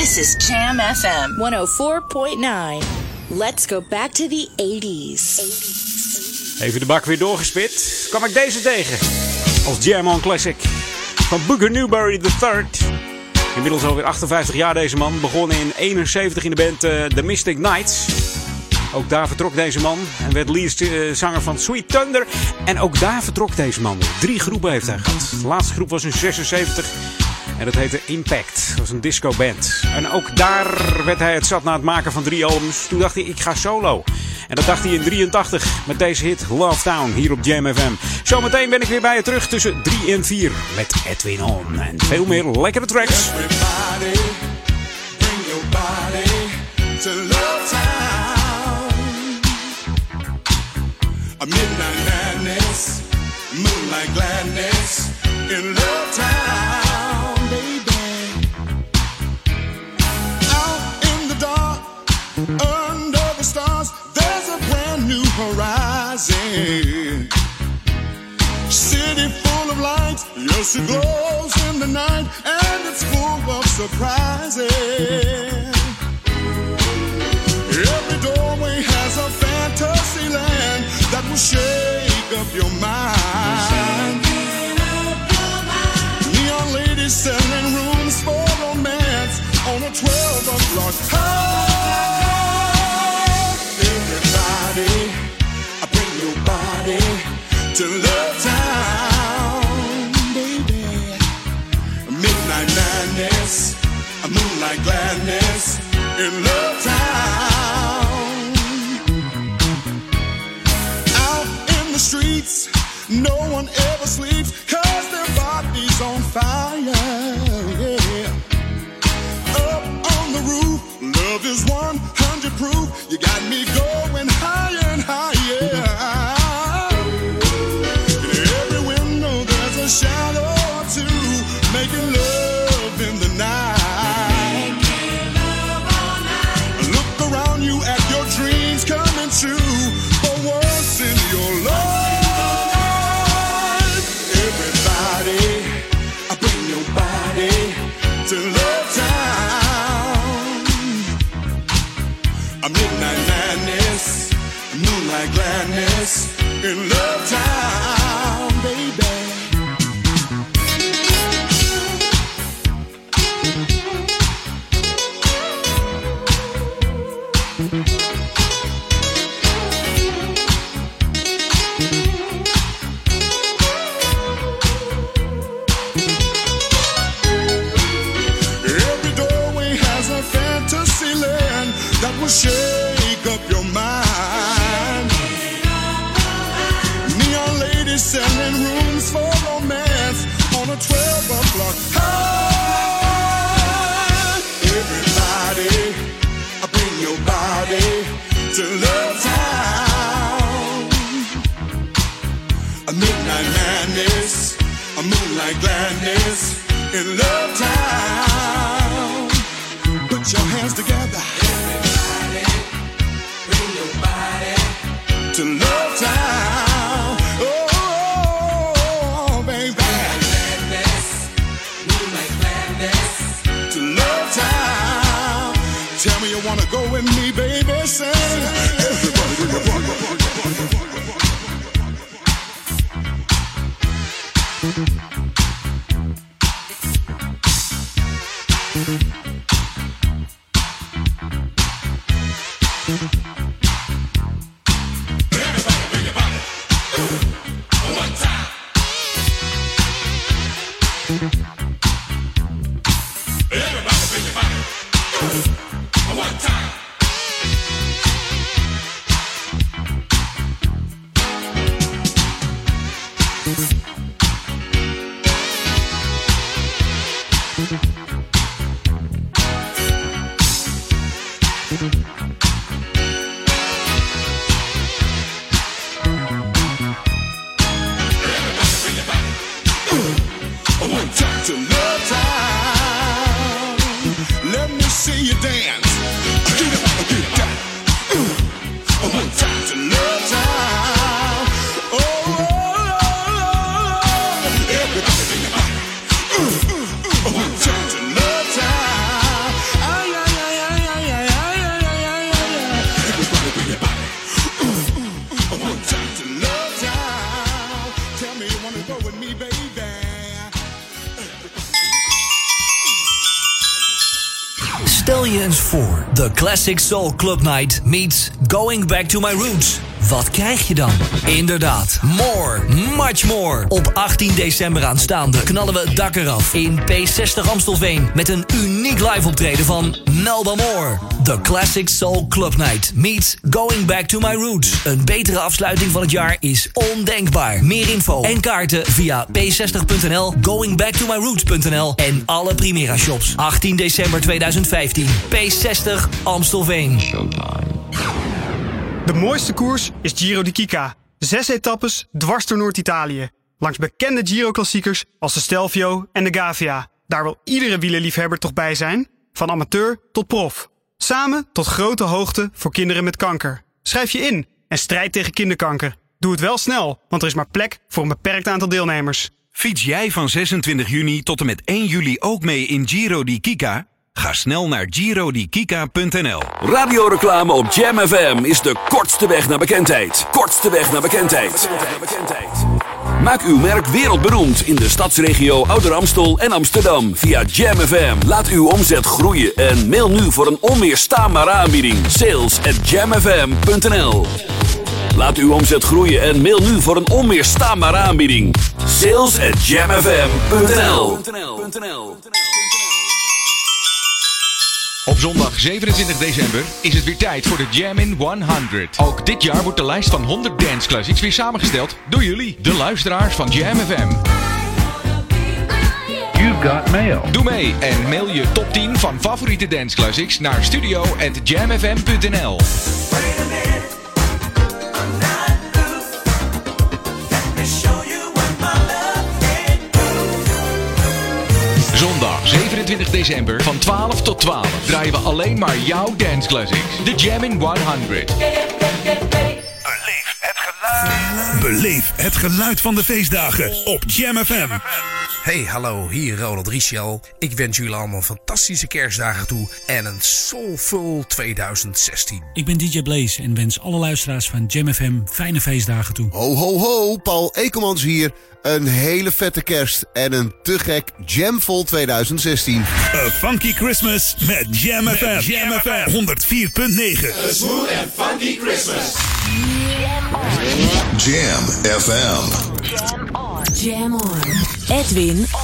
Speaker 3: This is Jam FM 104.9. Let's go back to the 80s.
Speaker 5: Even de bak weer doorgespit. Kwam ik deze tegen. Als Jam On Classic. Van Booker Newberry III. Inmiddels alweer 58 jaar deze man. Begonnen in 71 in de band The Mystic Knights. Ook daar vertrok deze man. En werd leadzanger van Sweet Thunder. En ook daar vertrok deze man. 3 groepen heeft hij gehad. De laatste groep was in 76. En dat heette Impact. Dat was een discoband. En ook daar werd hij het zat na het maken van 3 albums. Toen dacht hij, ik ga solo. En dat dacht hij in 83 met deze hit Love Town hier op Jam FM. Zometeen ben ik weer bij je terug tussen 3 en 4 met Edwin On. En veel meer lekkere tracks.
Speaker 8: Everybody, bring your body to Love Town. A midnight madness, moonlight gladness in Love Town, baby. Out in the dark, under the stars, there's a brand new horizon. City full of lights, yes it glows in the night, and it's full of surprises. Every doorway has a fantasy land that will shake up your mind. Neon ladies selling rooms for romance on a 12 o'clock high. Everybody, bring your body to Love Town, baby. Midnight madness, a moonlight gladness in Love Town. Out in the streets, no one ever sleeps, 'cause their body's on fire, yeah. Up on the roof, love is 100 proof. You got me going higher and higher. A shadow or two, making love in the night. Look around you at your dreams coming true for once in your life. Everybody, bring your body to Love Town. A midnight madness, moonlight gladness in Love Town, baby. Shake up your mind. Neon ladies selling rooms for romance on a 12 o'clock high. Everybody, bring your body to Love Town. A midnight madness, a moonlight gladness in Love Town. Put your hands together. To Love Town, oh, baby. Gladness, moonlight gladness. To Love Town. Tell me you wanna go with me, baby. Sing. Everybody do the one. One time to
Speaker 1: Stel je eens voor, The Classic Soul Club Night meets Going Back to My Roots. Wat krijg je dan? Inderdaad, more, much more. Op 18 december aanstaande knallen we het dak eraf in P60 Amstelveen met een uniek live optreden van Melba Moore. The Classic Soul Club Night meets Going Back to My Roots. Een betere afsluiting van het jaar is ondenkbaar. Meer info en kaarten via p60.nl, goingbacktomyroots.nl en alle Primera shops. 18 december 2015, P60 Amstelveen.
Speaker 2: De mooiste koers is Giro di Kika. 6 etappes dwars door Noord-Italië. Langs bekende Giro-klassiekers als de Stelvio en de Gavia. Daar wil iedere wielerliefhebber toch bij zijn, van amateur tot prof. Samen tot grote hoogte voor kinderen met kanker. Schrijf je in en strijd tegen kinderkanker. Doe het wel snel, want er is maar plek voor een beperkt aantal deelnemers.
Speaker 6: Fiets jij van 26 juni tot en met 1 juli ook mee in Giro di Kika? Ga snel naar girodikika.nl.
Speaker 24: Radioreclame op Jam FM is de kortste weg naar bekendheid. Kortste weg naar bekendheid. Maak uw merk wereldberoemd in de stadsregio Ouder Amstel en Amsterdam via Jam FM. Laat uw omzet groeien en mail nu voor een onweerstaanbare aanbieding. sales@jamfm.nl. Laat uw omzet groeien en mail nu voor een onweerstaanbare aanbieding. sales@jamfm.nl.
Speaker 25: Op zondag 27 december is het weer tijd voor de Jam in 100. Ook dit jaar wordt de lijst van 100 dance classics weer samengesteld door jullie, de luisteraars van Jam FM.
Speaker 6: You've got mail.
Speaker 25: Doe mee en mail je top 10 van favoriete dance classics naar studio@jamfm.nl. Zondag 27 december van 12 tot 12 draaien we alleen maar jouw dance classics. De Jam in 100.
Speaker 4: Beleef het geluid van de feestdagen op Jam FM.
Speaker 26: Hey, hallo, hier Ronald Richel. Ik wens jullie allemaal fantastische kerstdagen toe en een soulful 2016.
Speaker 27: Ik ben DJ Blaze en wens alle luisteraars van Jam FM fijne feestdagen toe.
Speaker 28: Ho, ho, ho, Paul Ekelmans hier. Een hele vette kerst en een te gek Jamvol 2016.
Speaker 4: A Funky Christmas met Jam FM. Jam FM 104.9.
Speaker 8: A smooth and funky Christmas.
Speaker 11: Jam FM.
Speaker 9: Jam on. Jam on. Edwin on.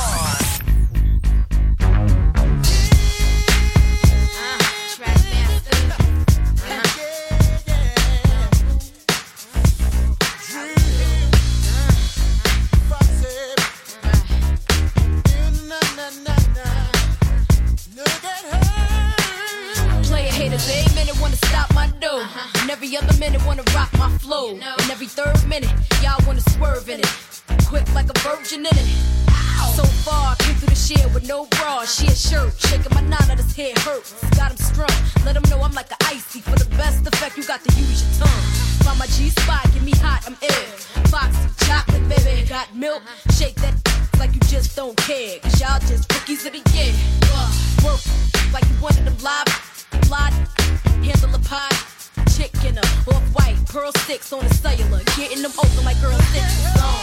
Speaker 29: And every other minute wanna rock my flow. And every third minute, y'all wanna swerve in it. Quick like a virgin in it. So far, came through the shit with no bra, sheer shirt. Shaking my knot, his head hurts. Got him strung, let him know I'm like an icy. For the best effect, you got to use your tongue. Find my G-spot, get me hot, I'm ill. Foxy, chocolate, baby, got milk. Shake that like you just don't care. Cause y'all just rookies of the year. Work like you wanted them live. Fly, handle a pie. Chick in a off-white, pearl sticks on the cellular. Getting them open like girl sticks.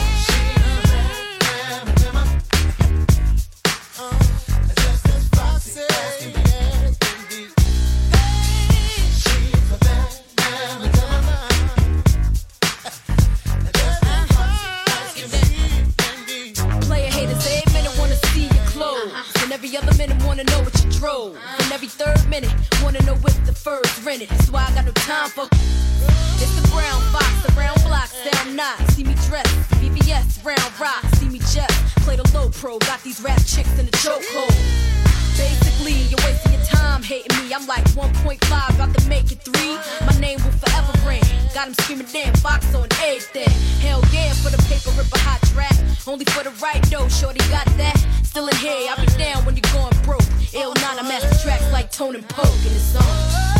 Speaker 29: Player haters, every minute wanna see your clothes. And every other minute wanna know what you drove. And every third minute wanna know if the fur's rented. That's why I got no time for. It's the brown fox, the brown block, sound not. See me dress, BBS, round rock. See me jet, play the low pro. Got these rap chicks in the chokehold. Basically, you're wasting your time hating me. I'm like 1.5, about to make it 3. My name will forever ring. Got him screaming, damn, Fox on everything. Hell yeah, for the paper, rip a hot track. Only for the right though, shorty got that. Still in here, I'll be down when you're going broke. Ill 9, I master tracks like Tone and Poke in the song.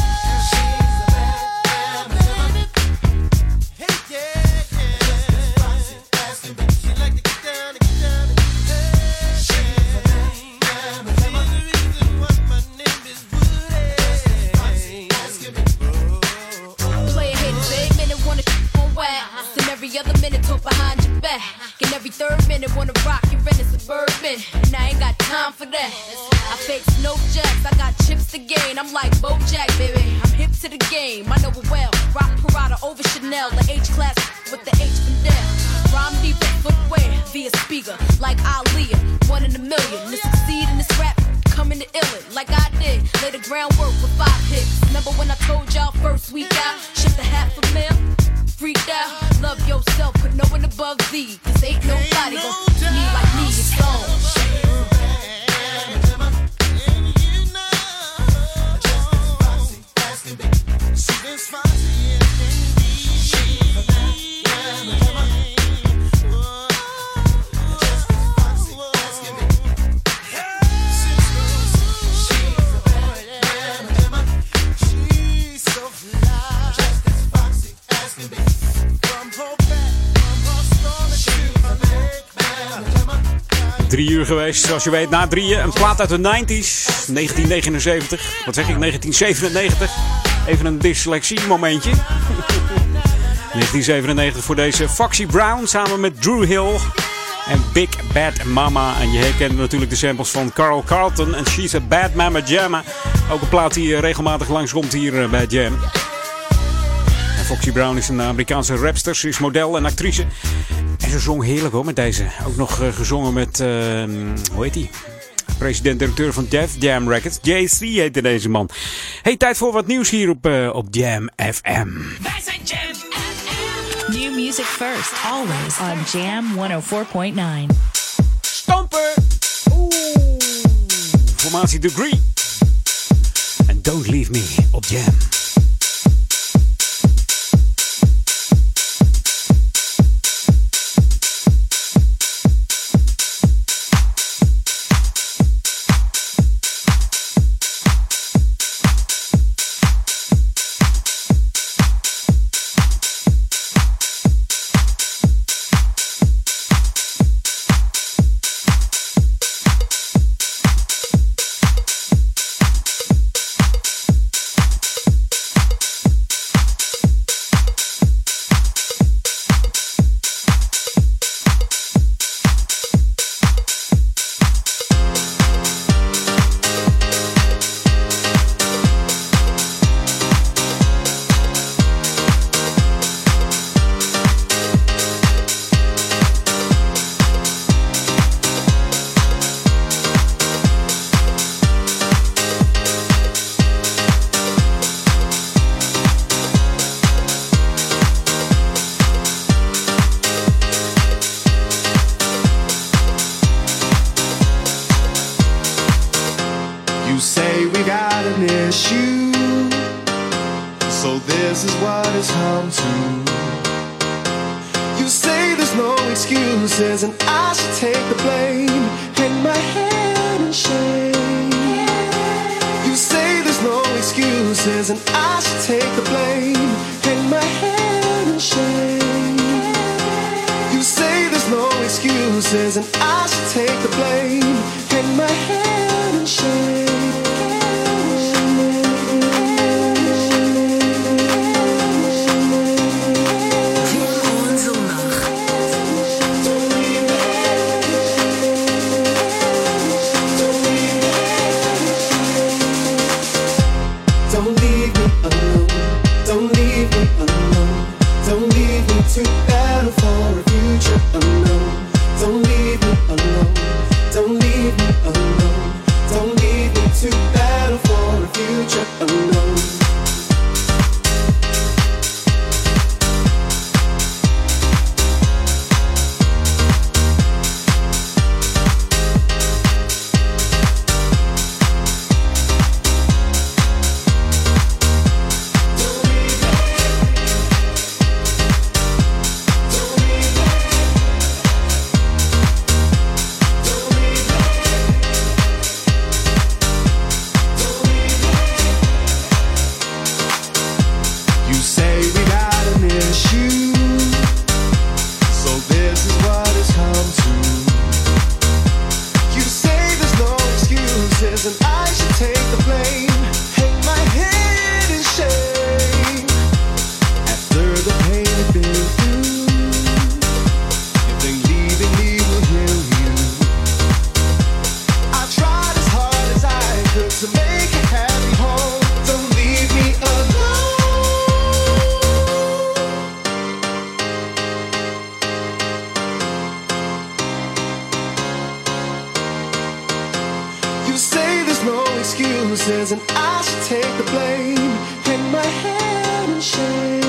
Speaker 29: Every other minute talk behind your back. And every third minute wanna rock your rent in suburban. And I ain't got time for that. I fakes no jacks, I got chips to gain. I'm like Bojack, baby. I'm hip to the game, I know it well. Rock Parada over Chanel, the H class with the H for down. Rhyme deep in footwear via speaker, like Aaliyah, 1 in a million. To succeed in this rap, coming to ill it like I did. Lay the groundwork with 5 hits. Remember when I told y'all first week out, shipped a half a mil? Freaked out, love yourself, put no one above thee. Cause ain't nobody gon' do me like me, it's on.
Speaker 5: Drie uur geweest, zoals je weet, na 3 een plaat uit de 90s, 1979, wat zeg ik, 1997. Even een dyslexie momentje. 1997 voor deze Foxy Brown samen met Drew Hill en Big Bad Mama. En je herkent natuurlijk de samples van Carl Carlton en She's a Bad Mama Jamma. Ook een plaat die regelmatig langskomt hier bij Jam. En Foxy Brown is een Amerikaanse rapster, ze is model en actrice. En ze zong heerlijk hoor met deze. Ook nog gezongen met, hoe heet die? President-directeur van Def Jam Records. JC heette deze man. Hey, tijd voor wat nieuws hier op Jam FM.
Speaker 3: Wij zijn Jam FM. New music first, always on Jam 104.9.
Speaker 5: Stomper! Oeh. Formatie Degree. And Don't Leave Me op Jam.
Speaker 8: As say there's no excuses and I should take the blame. Hang my head in shame.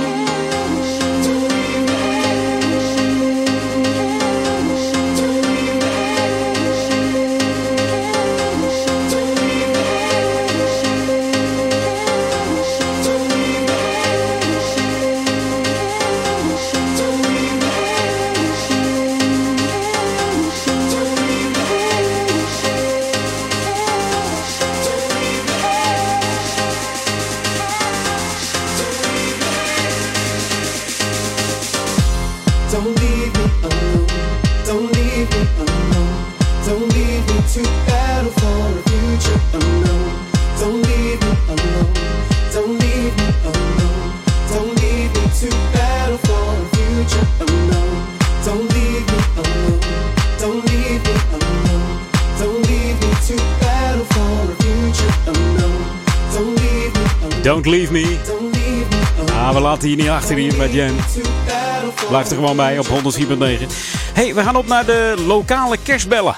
Speaker 8: To battle for a future unknown. Don't leave me alone. Don't leave me alone. Don't leave me to battle for a future unknown. Don't leave me alone. Don't leave me alone. Don't leave me to battle for a future unknown. Don't leave me alone.
Speaker 5: Don't leave me. Ah, we laten je niet achter hier met Jen. Blijf er gewoon bij op 104.9. Hey, we gaan op naar de lokale kerstbellen.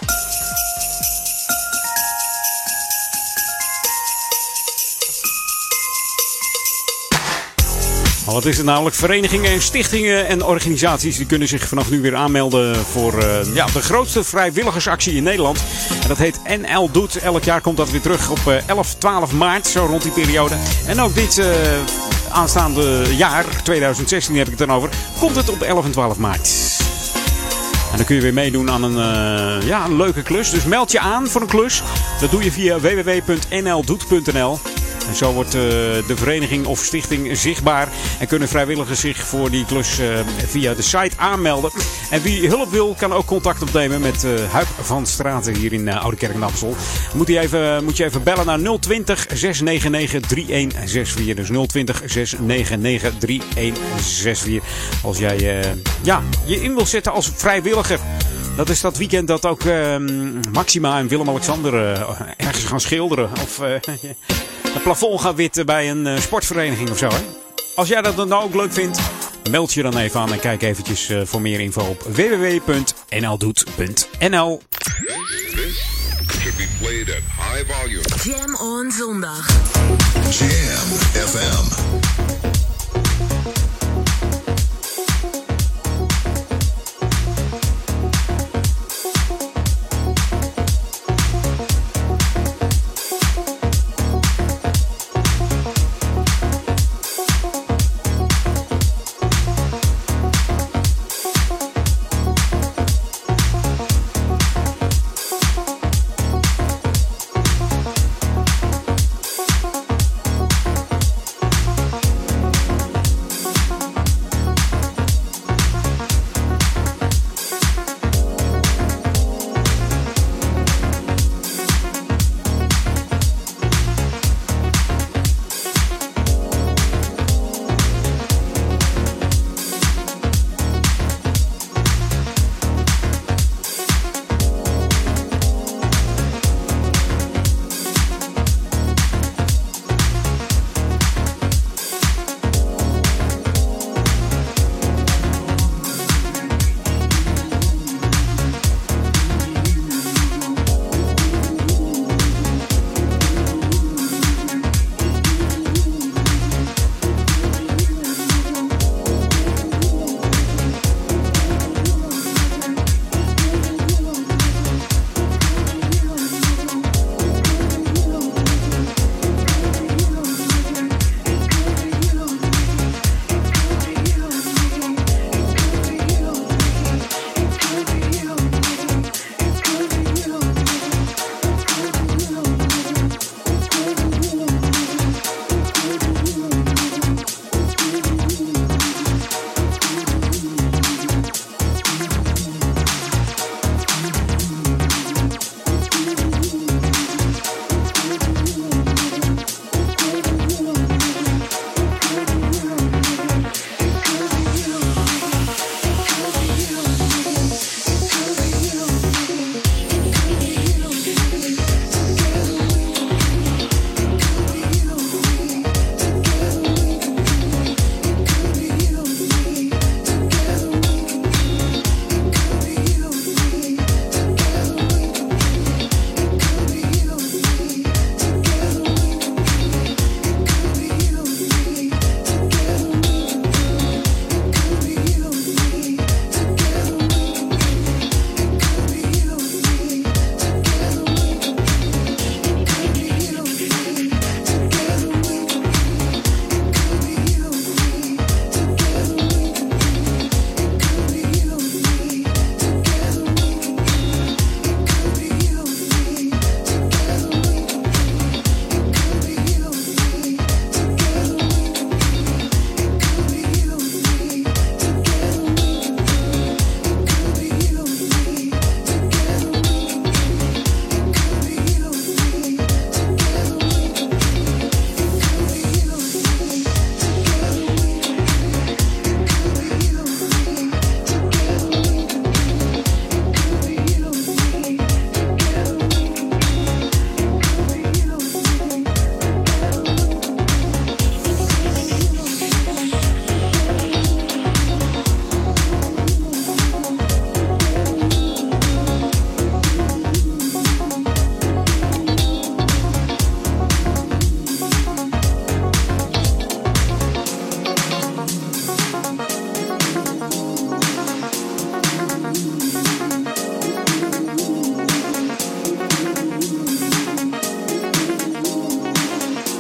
Speaker 5: Wat is het namelijk? Verenigingen en stichtingen en organisaties die kunnen zich vanaf nu weer aanmelden voor de grootste vrijwilligersactie in Nederland. En dat heet NL Doet. Elk jaar komt dat weer terug op 11, 12 maart, zo rond die periode. En ook dit aanstaande jaar, 2016 heb ik het dan over, komt het op 11 en 12 maart. En dan kun je weer meedoen aan een leuke klus. Dus meld je aan voor een klus. Dat doe je via www.nldoet.nl. En zo wordt de vereniging of stichting zichtbaar. En kunnen vrijwilligers zich voor die klus via de site aanmelden. En wie hulp wil, kan ook contact opnemen met Huib van Straten hier in Oude Kerk en Amstel. Moet je even bellen naar 020 699 3164. Dus 020 699 3164. Als jij je in wil zetten als vrijwilliger. Dat is dat weekend dat ook Maxima en Willem-Alexander ergens gaan schilderen. Of het plafond gaat witten bij een sportvereniging of zo. Hè? Als jij dat dan ook leuk vindt, meld je dan even aan en kijk eventjes voor meer info op www.nldoet.nl.
Speaker 7: This should be played at high volume.
Speaker 9: Jam on zondag.
Speaker 11: Jam FM.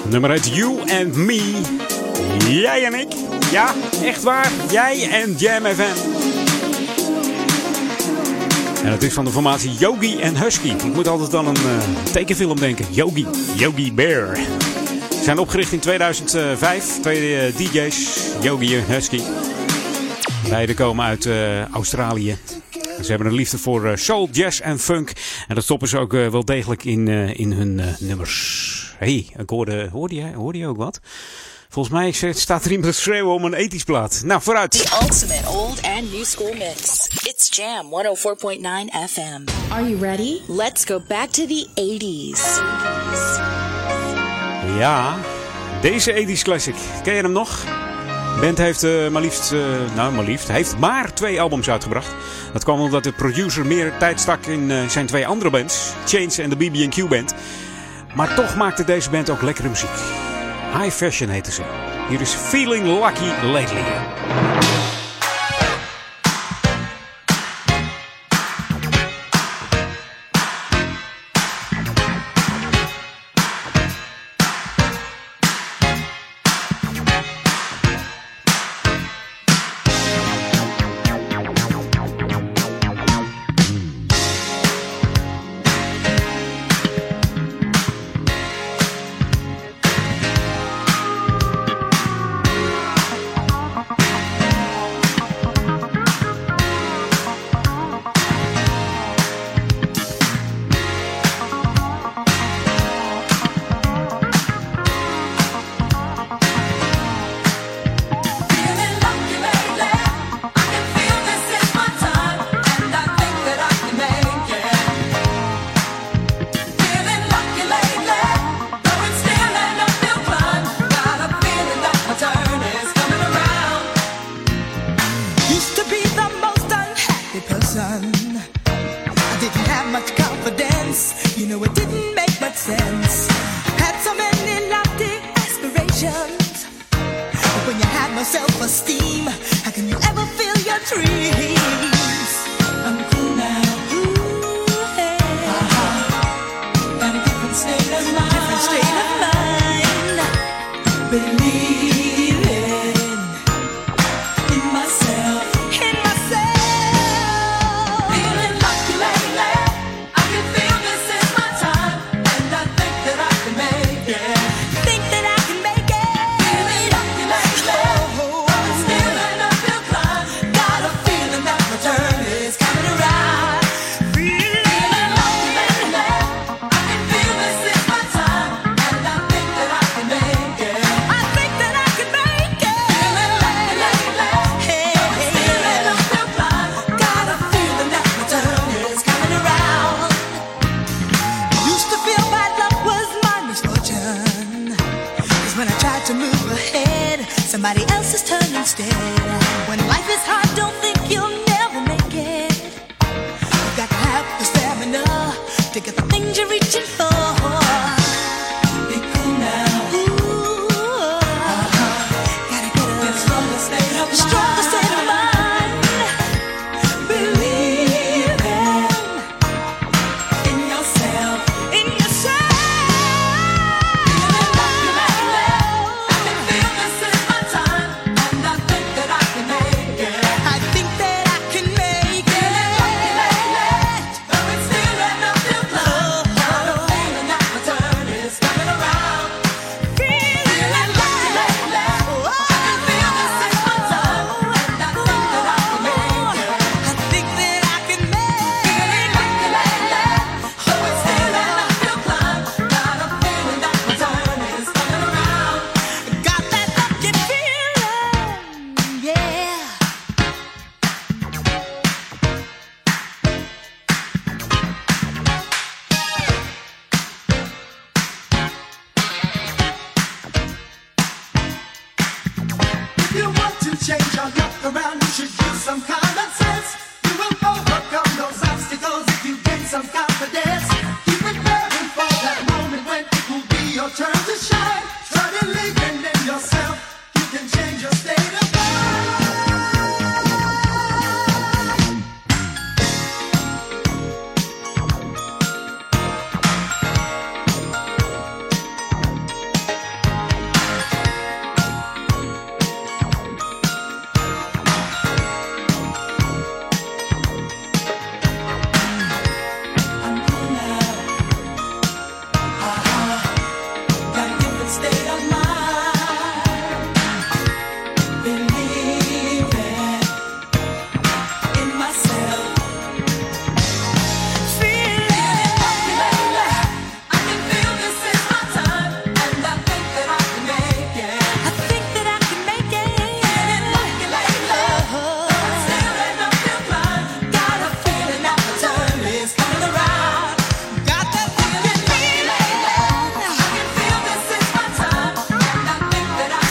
Speaker 5: Nummer heet You and Me. Jij en ik. Ja, echt waar. Jij en Jam FM. En het is van de formatie Yogi en Husky. Ik moet altijd aan een tekenfilm denken. Yogi Bear. Ze zijn opgericht in 2005. Twee DJ's, Yogi en Husky. Beiden komen uit Australië. Ze hebben een liefde voor soul, jazz en funk. En dat stoppen ze ook wel degelijk in hun nummers. Ik hoorde je ook wat? Volgens mij staat er iemand te schreeuwen om een ethisch plaat. Nou, vooruit.
Speaker 3: The ultimate old and new school mix. It's Jam 104.9 FM. Are you ready? Let's go back to the 80s.
Speaker 5: Ja, deze 80s classic. Ken je hem nog? De band heeft heeft maar 2 albums uitgebracht. Dat kwam omdat de producer meer tijd stak in zijn 2 andere bands. Chains en de BB&Q Band. Maar toch maakte deze band ook lekkere muziek. High Fashion heette ze. Hier is Feeling Lucky Lately.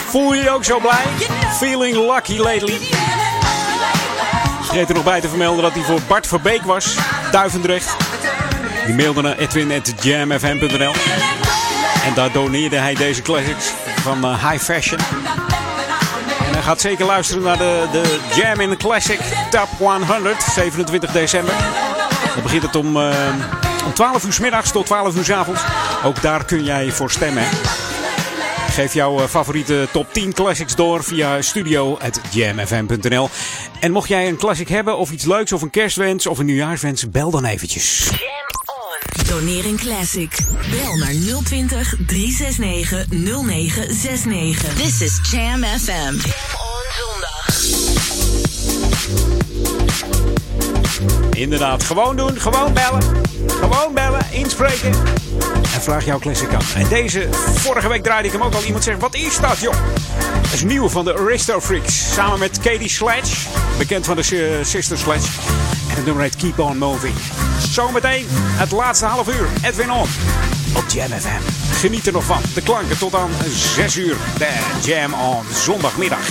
Speaker 5: Voel je je ook zo blij? Feeling lucky lately. Vergeet er nog bij te vermelden dat hij voor Bart Verbeek was. Duivendrecht. Die mailde naar edwin@jamfm.nl. En daar doneerde hij deze classics van High Fashion. En hij gaat zeker luisteren naar de Jam in Classic Top 100. 27 december. Dan begint het om 12 uur 's middags tot 12 uur 's avonds. Ook daar kun jij voor stemmen. Geef jouw favoriete top 10 classics door via studio@jamfm.nl. En mocht jij een classic hebben of iets leuks of een kerstwens of een nieuwjaarswens, bel dan eventjes.
Speaker 9: Doneer een classic. Bel naar 020 369 0969.
Speaker 3: This is Jam FM.
Speaker 9: Jam on zondag.
Speaker 5: Inderdaad, gewoon doen, gewoon bellen. Gewoon bellen, inspreken. En vraag jouw classic aan. En deze, vorige week draaide ik hem ook al. Iemand zegt, wat is dat joh? Dat is nieuw van de Aristo Freaks. Samen met Katie Sledge. Bekend van de Sister Sledge. En het nummer heet Keep On Moving. Zometeen het laatste half uur. Edwin On. Op Jam FM. Geniet er nog van. De klanken tot aan 6 uur. De Jam On zondagmiddag.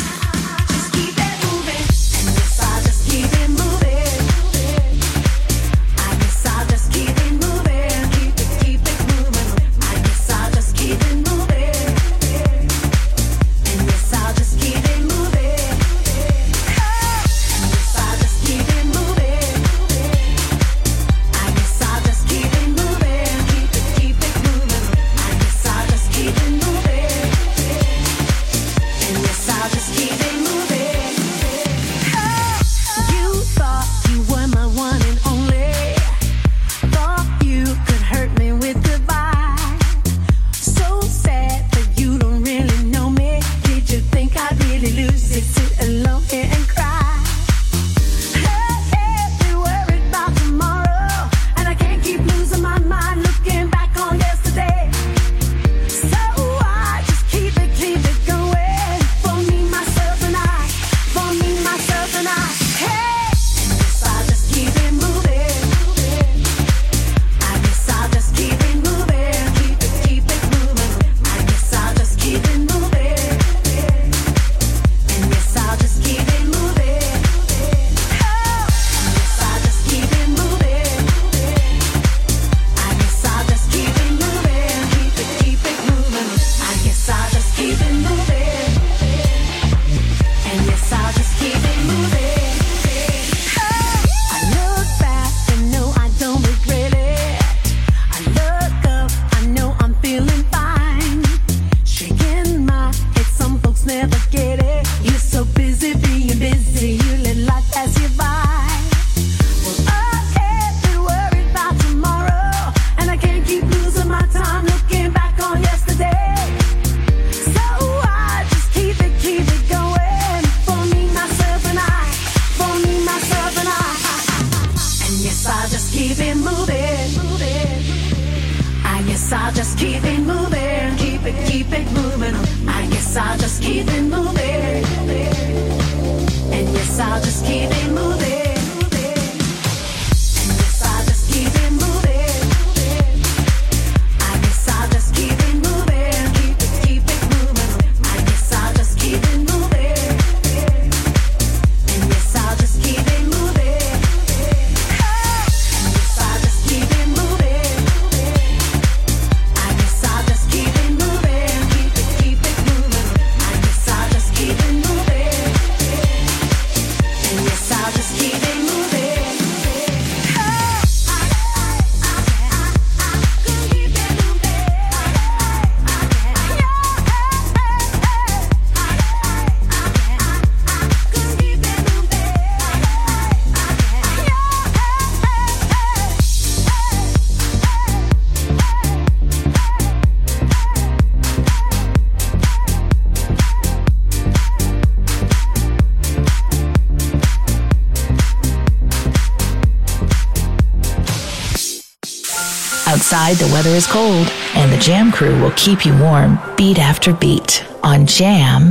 Speaker 3: Outside, the weather is cold, and the Jam crew will keep you warm beat after beat on Jam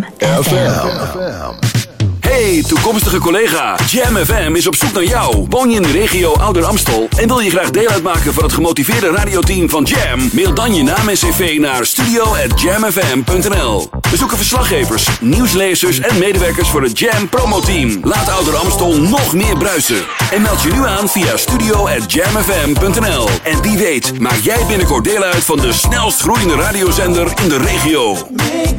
Speaker 3: FM.
Speaker 24: Hey, toekomstige collega. Jam FM is op zoek naar jou. Woon je in de regio Ouder Amstel en wil je graag deel uitmaken van het gemotiveerde radioteam van Jam? Mail dan je naam en cv naar studio@jamfm.nl. We zoeken verslaggevers, nieuwslezers en medewerkers voor het Jam promoteam. Laat Ouder Amstel nog meer bruisen. En meld je nu aan via studio@jamfm.nl. En wie weet, maak jij binnenkort deel uit van de snelst groeiende radiozender in de regio.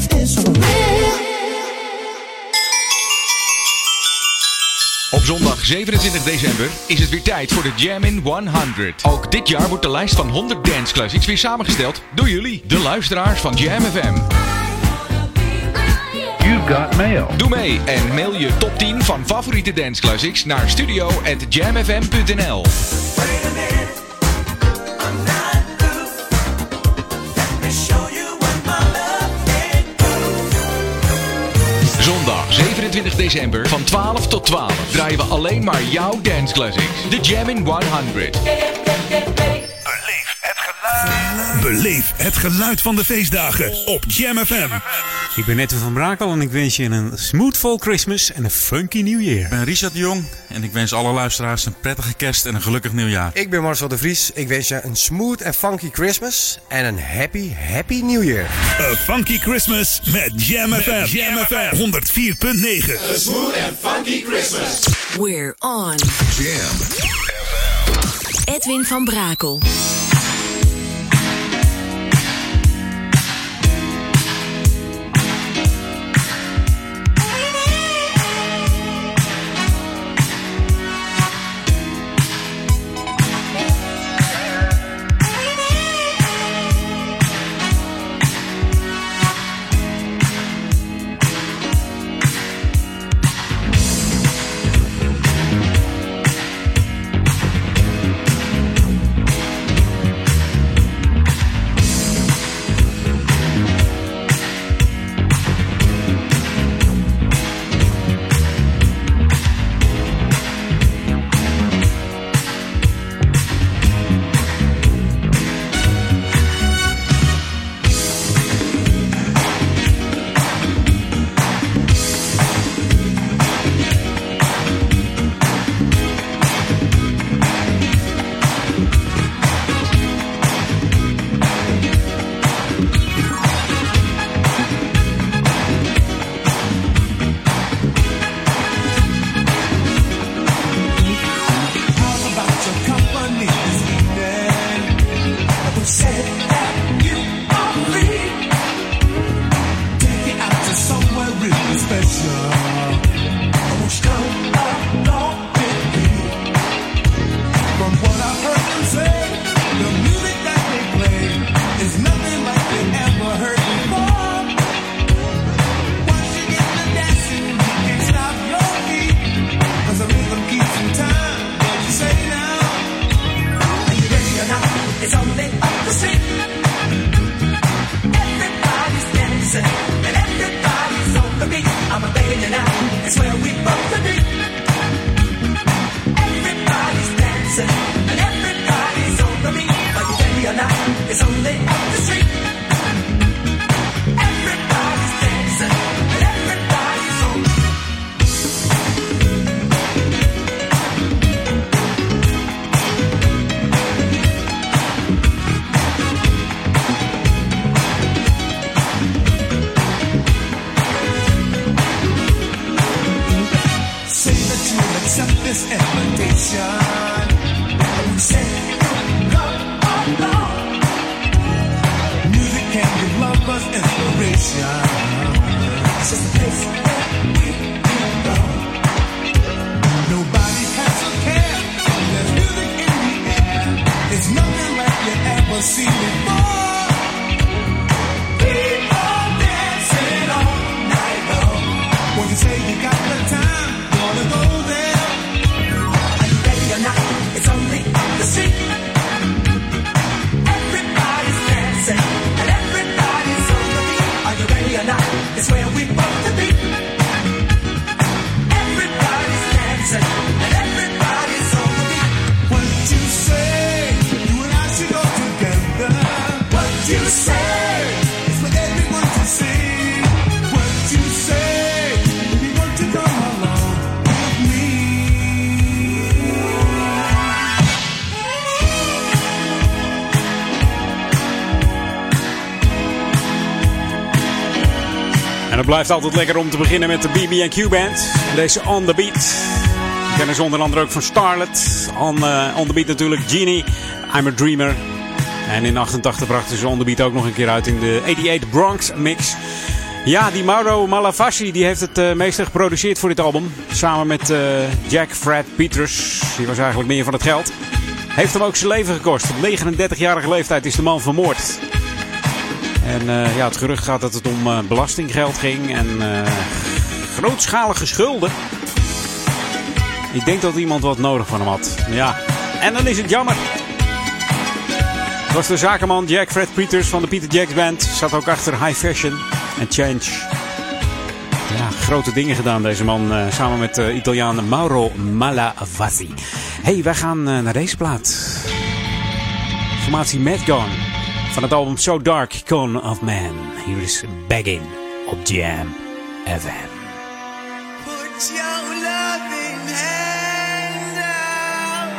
Speaker 25: Op zondag 27 december is het weer tijd voor de Jammin' 100. Ook dit jaar wordt de lijst van 100 dance classics weer samengesteld door jullie, de luisteraars van Jam FM.
Speaker 4: You got mail.
Speaker 25: Doe mee en mail je top 10 van favoriete dance classics naar studio@jamfm.nl. Zondag 27 december van 12 tot 12 draaien we alleen maar jouw dance classics. De Jammin' 100.
Speaker 4: Beleef het geluid van de feestdagen op Jam FM.
Speaker 5: Ik ben Edwin van Brakel en ik wens je een smoothful Christmas en een funky New Year.
Speaker 10: Ik ben Richard de Jong en ik wens alle luisteraars een prettige kerst en een gelukkig nieuwjaar.
Speaker 12: Ik ben Marcel de Vries. Ik wens je een smooth en funky Christmas en een happy New Year.
Speaker 4: A funky Christmas met Jam FM. Jam FM 104.9.
Speaker 8: A smooth and funky Christmas.
Speaker 9: We're on
Speaker 11: Jam.
Speaker 9: Edwin van Brakel.
Speaker 5: het blijft altijd lekker om te beginnen met de BB&Q Band. Deze On The Beat. We kennen ze onder andere ook van Starlet. On The Beat natuurlijk Genie, I'm a Dreamer. En in 88 brachten ze On The Beat ook nog een keer uit in de 88 Bronx Mix. Ja, die Mauro Malavasi die heeft het meeste geproduceerd voor dit album. Samen met Jack Fred Peters. Die was eigenlijk meer van het geld. Heeft hem ook zijn leven gekost. Op 39-jarige leeftijd is de man vermoord. En het gerucht gaat dat het om belastinggeld ging en grootschalige schulden. Ik denk dat iemand wat nodig van hem had. Ja, en dan is het jammer. Het was de zakenman Jack Fred Peters van de Peter Jacks Band. Zat ook achter High Fashion en Change. Ja, grote dingen gedaan deze man. Samen met de Italiaan Mauro Malavasi. Hey, wij gaan naar deze plaat. Formatie Mad Gone. Van het album So Dark, Con of Man. Hier is Begging op Jam FM.
Speaker 8: Put your loving hand out,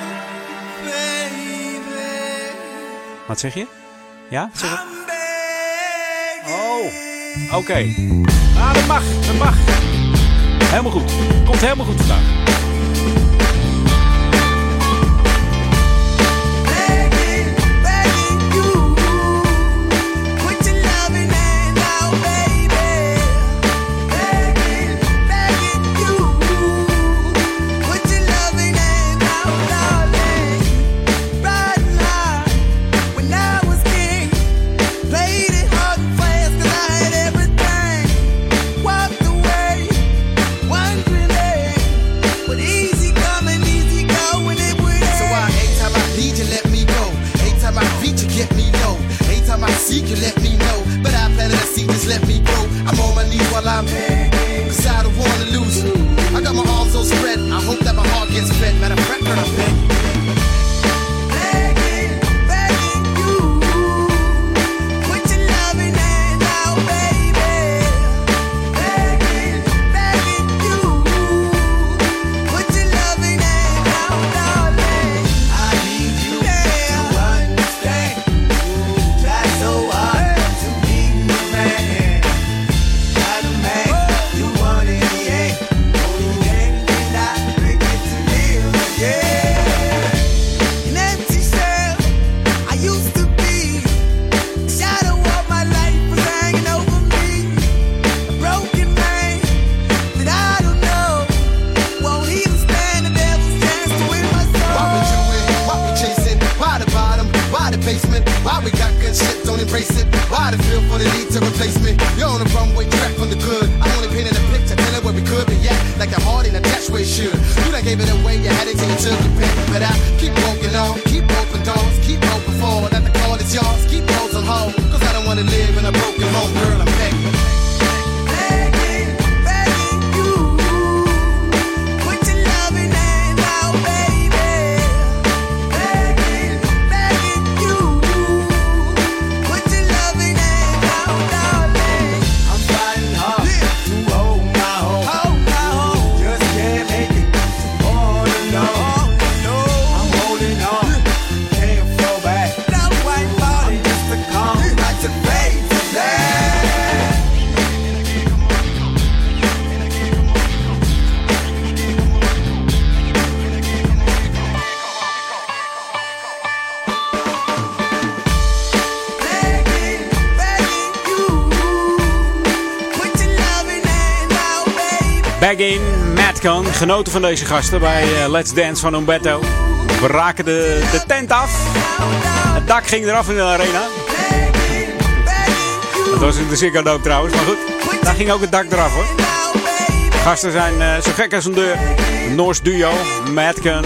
Speaker 8: baby.
Speaker 5: Wat zeg je? Ja? Zeg het? Oh, oké. Ah, dat mag, dat mag. Helemaal goed. Komt helemaal goed vandaag.
Speaker 8: Seek you, let me know, but I planted a seed, just let me grow. I'm on my knees while I'm begging, cause I don't wanna lose you. I got my arms so spread, I hope that my heart gets fed. Matter of fact, I'm begging. Why we got good shit, don't embrace it. Why the feel for the need to replace me? You're on the runway track from the good. I'm only painting a picture, telling where we could be at. Like the heart in a attached where it should. You done gave it away, you had it till you took your pick. But I keep walking on, keep open doors, keep open forward. That the call is yours, keep those on hold. Cause I don't wanna live in a broken home, girl, I'm begging.
Speaker 5: Baggin, Madcon, genoten van deze gasten bij Let's Dance van Umberto. We raken de tent af. Het dak ging eraf in de arena. Dat was in de Ziggo Dome trouwens, maar goed. Daar ging ook het dak eraf hoor. De gasten zijn zo gek als een deur. Een Noors duo, Madcon.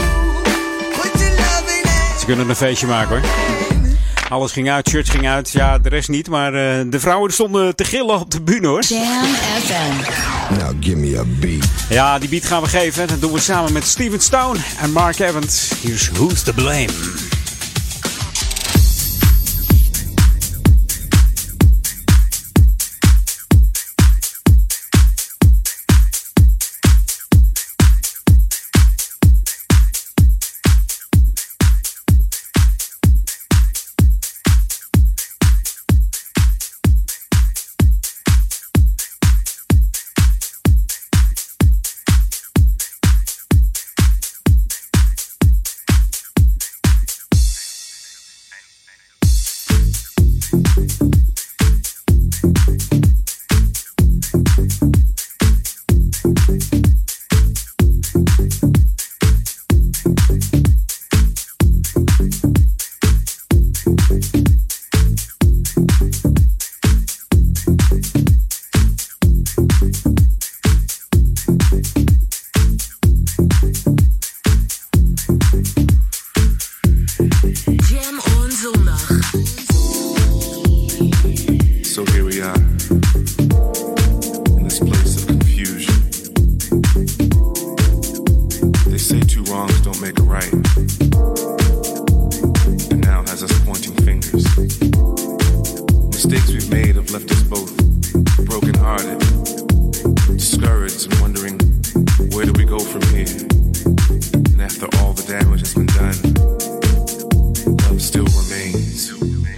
Speaker 5: Ze kunnen een feestje maken hoor. Alles ging uit, shirts ging uit. Ja, de rest niet. Maar de vrouwen stonden te gillen op de bühne hoor.
Speaker 9: Jam FM.
Speaker 11: Now give me a beat.
Speaker 5: Ja, die beat gaan we geven. Dat doen we samen met Steven Stone en Mark Evans. Hier is Who's to Blame.
Speaker 13: So here we are, in this place of confusion. They say two wrongs don't make a right, and now has us pointing fingers. Mistakes we've made have left us both broken-hearted, discouraged and wondering, where do we go from here? And after all the damage has been done, love still remains.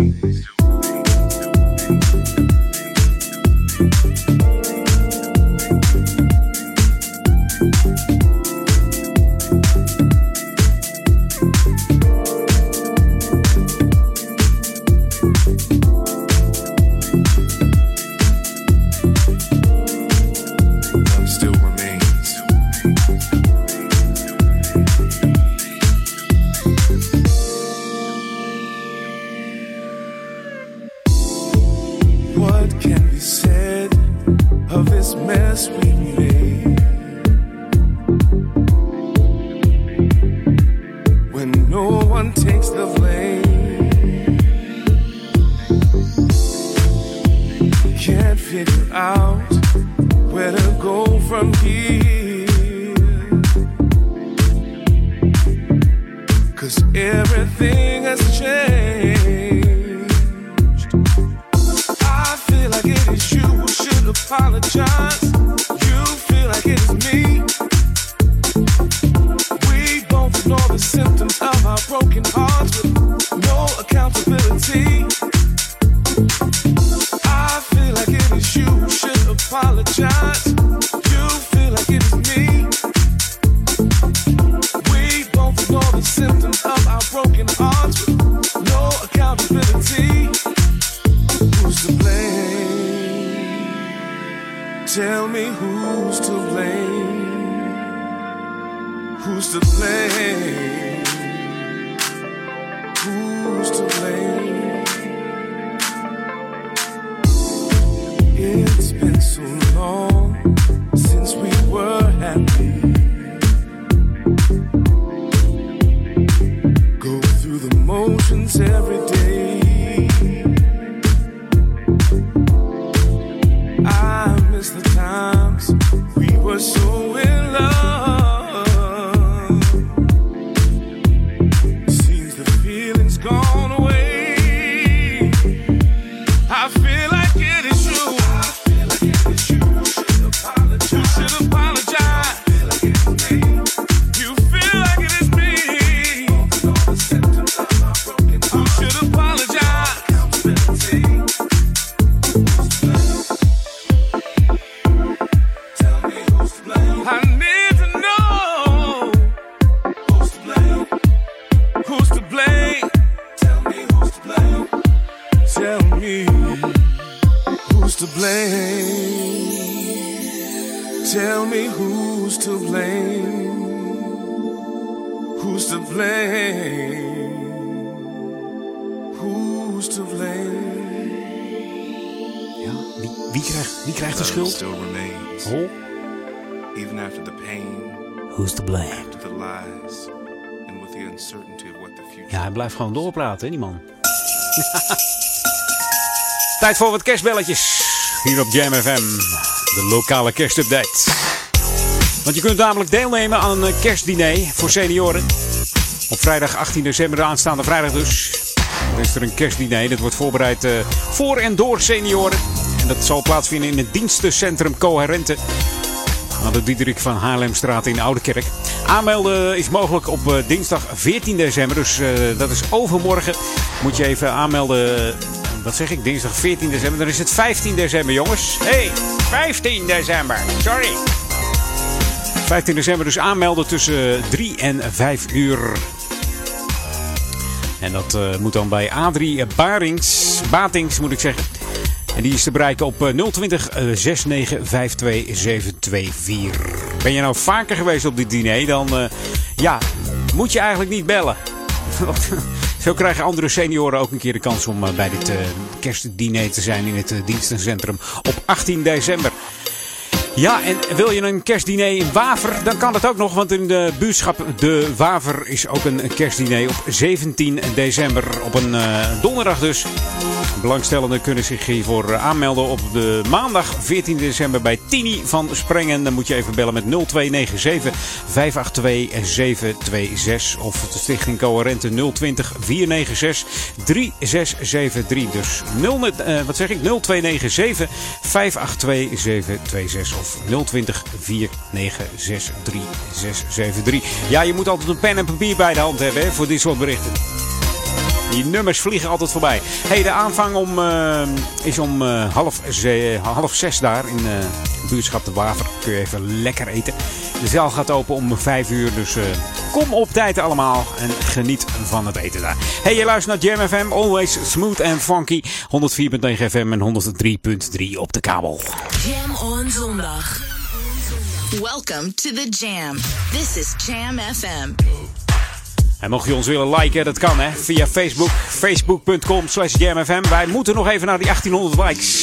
Speaker 5: Wie krijgt de schuld? Oh. Who's to blame? Ja, hij blijft gewoon doorpraten, hè, die man. Tijd voor wat kerstbelletjes. Hier op Jam FM. De lokale kerstupdate. Want je kunt namelijk deelnemen aan een kerstdiner voor senioren. Op vrijdag 18 december, aanstaande vrijdag dus. Dan is er een kerstdiner. Dat wordt voorbereid voor en door senioren. En dat zal plaatsvinden in het dienstencentrum Coherente. Aan de Diederik van Haarlemstraat in Oudekerk. Aanmelden is mogelijk op dinsdag 14 december. Dus dat is overmorgen. Moet je even aanmelden. Wat zeg ik? Dinsdag 14 december. Dan is het 15 december, jongens. Hey, 15 december. Sorry. 15 december dus aanmelden tussen 3 en 5 uur. En dat moet dan bij Adrie Batings, moet ik zeggen. En die is te bereiken op 020 69 52 724. Ben je nou vaker geweest op dit diner, dan moet je eigenlijk niet bellen. Zo krijgen andere senioren ook een keer de kans om bij dit kerstdiner te zijn in het dienstencentrum op 18 december. Ja, en wil je een kerstdiner in Waver, dan kan dat ook nog. Want in de buurtschap De Waver is ook een kerstdiner op 17 december. Op een donderdag dus. Belangstellenden kunnen zich hiervoor aanmelden op de maandag 14 december bij Tini van Sprengen. Dan moet je even bellen met 0297 582 726 of de Stichting Coherente 020 496 3673. Dus 0297 582 726 of 020 496 3673. Ja, je moet altijd een pen en papier bij de hand hebben, hè, voor dit soort berichten. Die nummers vliegen altijd voorbij. Hey, de aanvang is om half zes daar in buurtschap De Waver. Kun je even lekker eten. De zaal gaat open om 5 uur. Dus kom op tijd allemaal en geniet van het eten daar. Hey, je luistert naar Jam FM. Always smooth and funky. 104.9 FM en 103.3 op de kabel.
Speaker 9: Jam on zondag.
Speaker 3: Welcome to the Jam. This is Jam FM.
Speaker 5: En mocht je ons willen liken, dat kan hè, via Facebook. Facebook.com/JamFM. Wij moeten nog even naar die 1800 likes.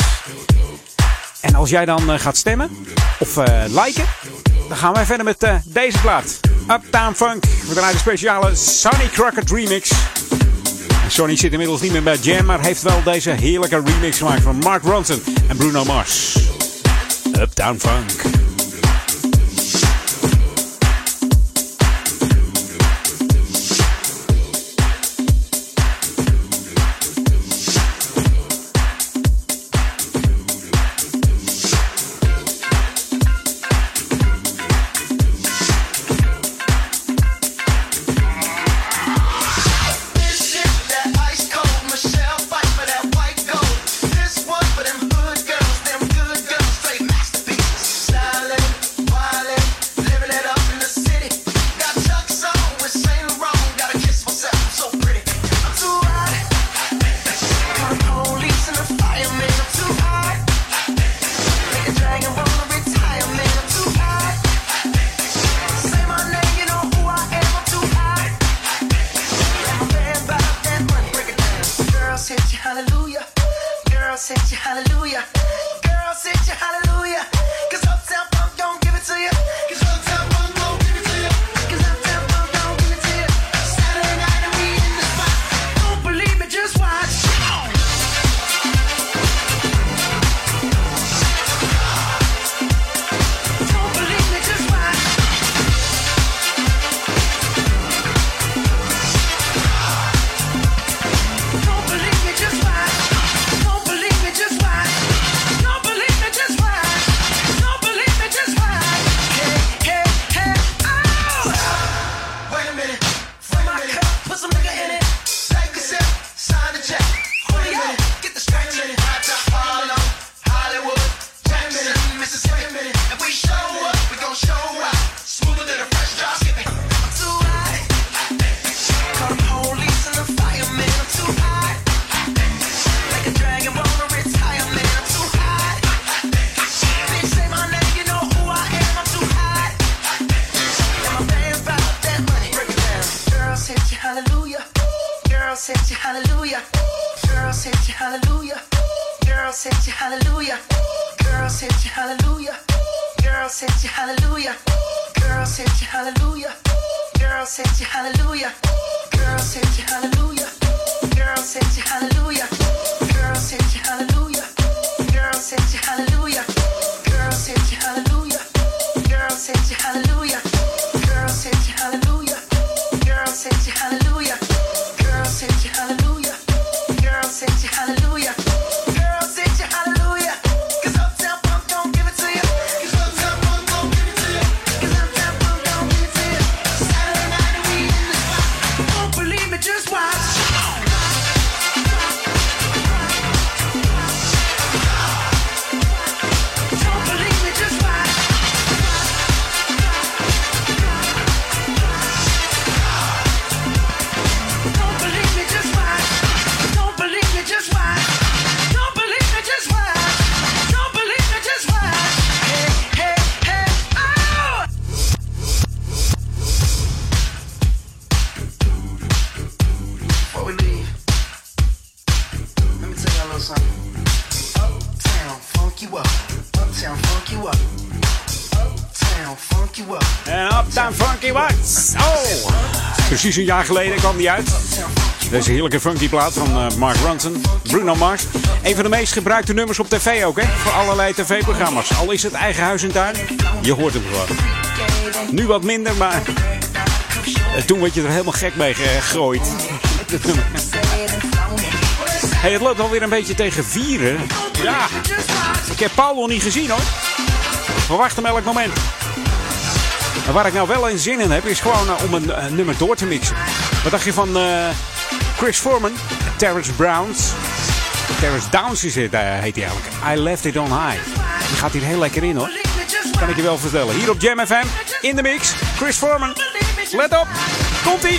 Speaker 5: En als jij dan gaat stemmen of liken, dan gaan wij verder met deze plaat. Uptown Funk. We draaien de speciale Sonny Crockett remix. En Sonny zit inmiddels niet meer bij Jam, maar heeft wel deze heerlijke remix gemaakt van Mark Ronson en Bruno Mars. Uptown Funk. En Uptown Funky Wax. Oh! Precies een jaar geleden kwam die uit. Deze heerlijke funky plaat van Mark Ronson, Bruno Mars. Een van de meest gebruikte nummers op tv ook, hè? Voor allerlei tv-programma's. Al is het eigen huis en tuin, je hoort hem gewoon. Nu wat minder, maar toen word je er helemaal gek mee gegooid. Hey, het loopt alweer een beetje tegen 4. Ja, ik heb Paul nog niet gezien hoor. Verwacht hem elk moment. Maar waar ik nou wel een zin in heb, is gewoon om een nummer door te mixen. Wat dacht je van Chris Foreman, Terrence Downs is het, heet hij eigenlijk. I Left It On High. Die gaat hier heel lekker in hoor. Kan ik je wel vertellen. Hier op Jam FM, in de mix, Chris Foreman. Let op, komt-ie.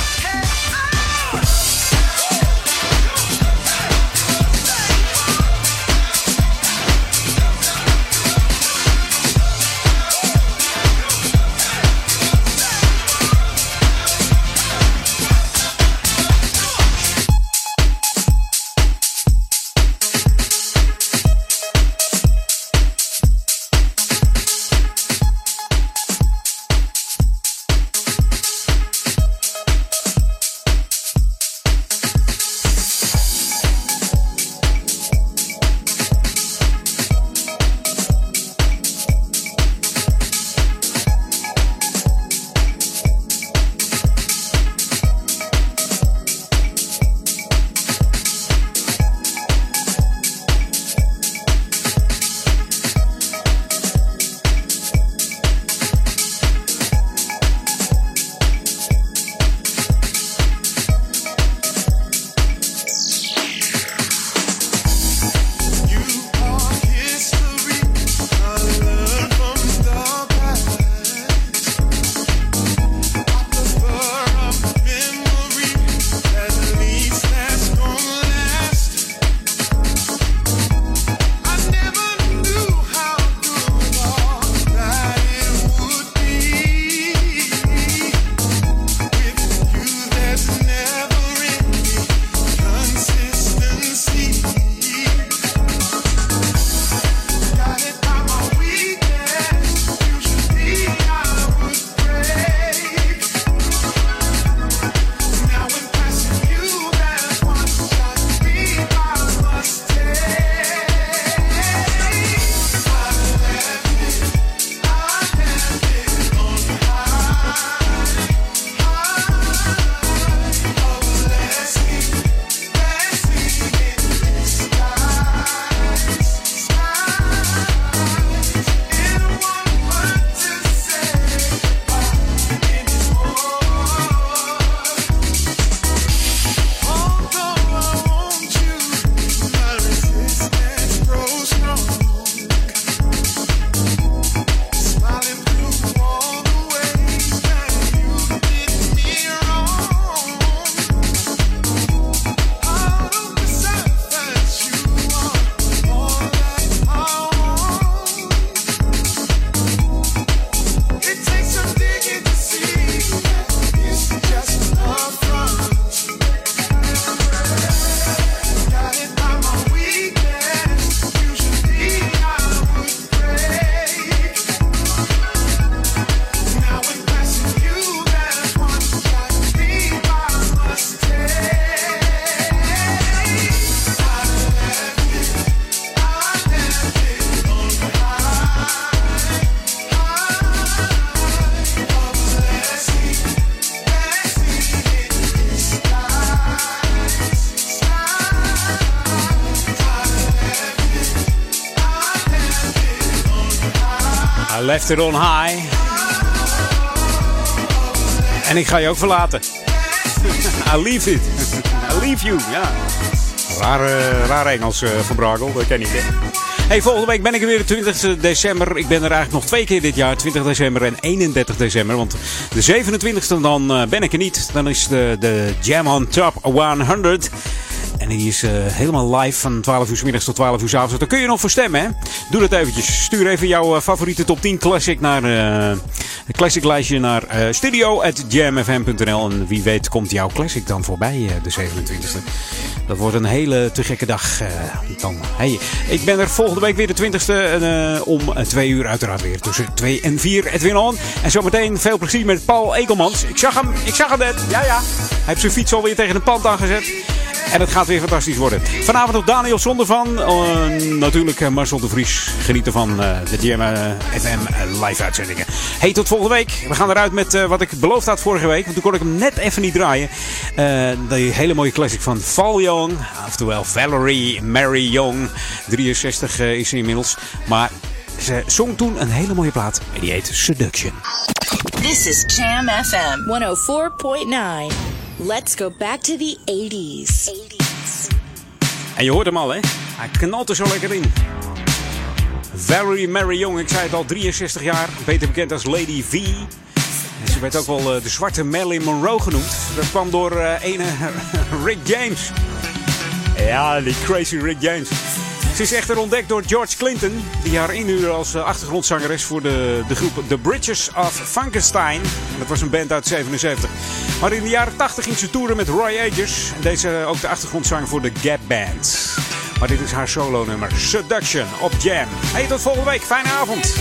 Speaker 5: I Left It On High. En ik ga je ook verlaten. I leave it. I leave you, ja. Raar Engels van Bragel, dat ken ik hè. Hey, volgende week ben ik er weer 20 december. Ik ben er eigenlijk nog 2 keer dit jaar. 20 december en 31 december. Want de 27e dan ben ik er niet. Dan is de Jam on Top 100. En die is helemaal live van 12 uur 's middags tot 12 uur 's avonds. Daar kun je nog voor stemmen, hè? Doe dat eventjes. Stuur even jouw favoriete top 10 classic naar het classic lijstje naar studio@jamfm.nl. En wie weet komt jouw classic dan voorbij de 27e. Dat wordt een hele te gekke dag dan. Hey, ik ben er volgende week weer de 20e om 2 uur uiteraard weer. Tussen 2 en 4 Edwin On. En zometeen veel plezier met Paul Ekelmans. Ik zag hem net. Ja. Hij heeft zijn fiets alweer tegen een pand aangezet. En het gaat weer fantastisch worden. Vanavond nog Daniel Zondervan. Natuurlijk Marcel de Vries. Geniet ervan de Jam FM live uitzendingen. Hey, tot volgende week. We gaan eruit met wat ik beloofd had vorige week. Want toen kon ik hem net even niet draaien. Die hele mooie classic van Val Young. Oftewel Valerie Mary Young. 63 is ze inmiddels. Maar ze zong toen een hele mooie plaat. En die heet Seduction.
Speaker 3: This is Jam FM 104.9. Let's go back to the 80s.
Speaker 5: En je hoort hem al, hè? Hij knalt er zo lekker in. Valerie Mary Young, ik zei het al, 63 jaar. Beter bekend als Lady V. En ze werd ook wel de zwarte Marilyn Monroe genoemd. Dat kwam door ene Rick James. Ja, die crazy Rick James. Ze is echter ontdekt door George Clinton, die haar inhuurde als achtergrondzangeres voor de groep The Bridges of Frankenstein. Dat was een band uit 77. Maar in de jaren 80 ging ze toeren met Roy Ayers en deed ze ook de achtergrondzang voor de Gap Band. Maar dit is haar solo nummer Seduction op Jam. Hey, tot volgende week. Fijne avond.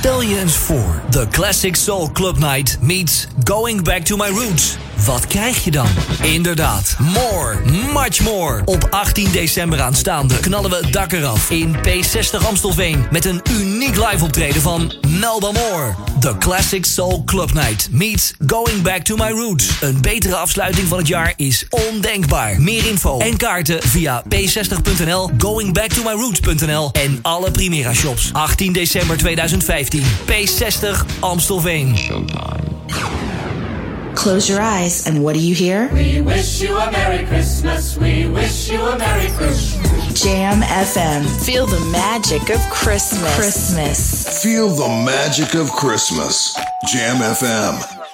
Speaker 1: Stel je eens voor, The Classic Soul Club Night meets Going Back to My Roots. Wat krijg je dan? Inderdaad, more, much more. Op 18 december aanstaande knallen we het dak eraf in P60 Amstelveen met een uniek live optreden van Melba Moore. The Classic Soul Club Night meets Going Back to My Roots. Een betere afsluiting van het jaar is ondenkbaar. Meer info en kaarten via p60.nl, goingbacktomyroots.nl en alle Primera shops. 18 december 2015, P60 Amstelveen.
Speaker 3: Close your eyes, and what do you hear?
Speaker 16: We wish you a Merry Christmas. We wish you a Merry Christmas.
Speaker 3: Jam FM. Feel the magic of Christmas.
Speaker 11: Feel the magic of Christmas. Jam FM.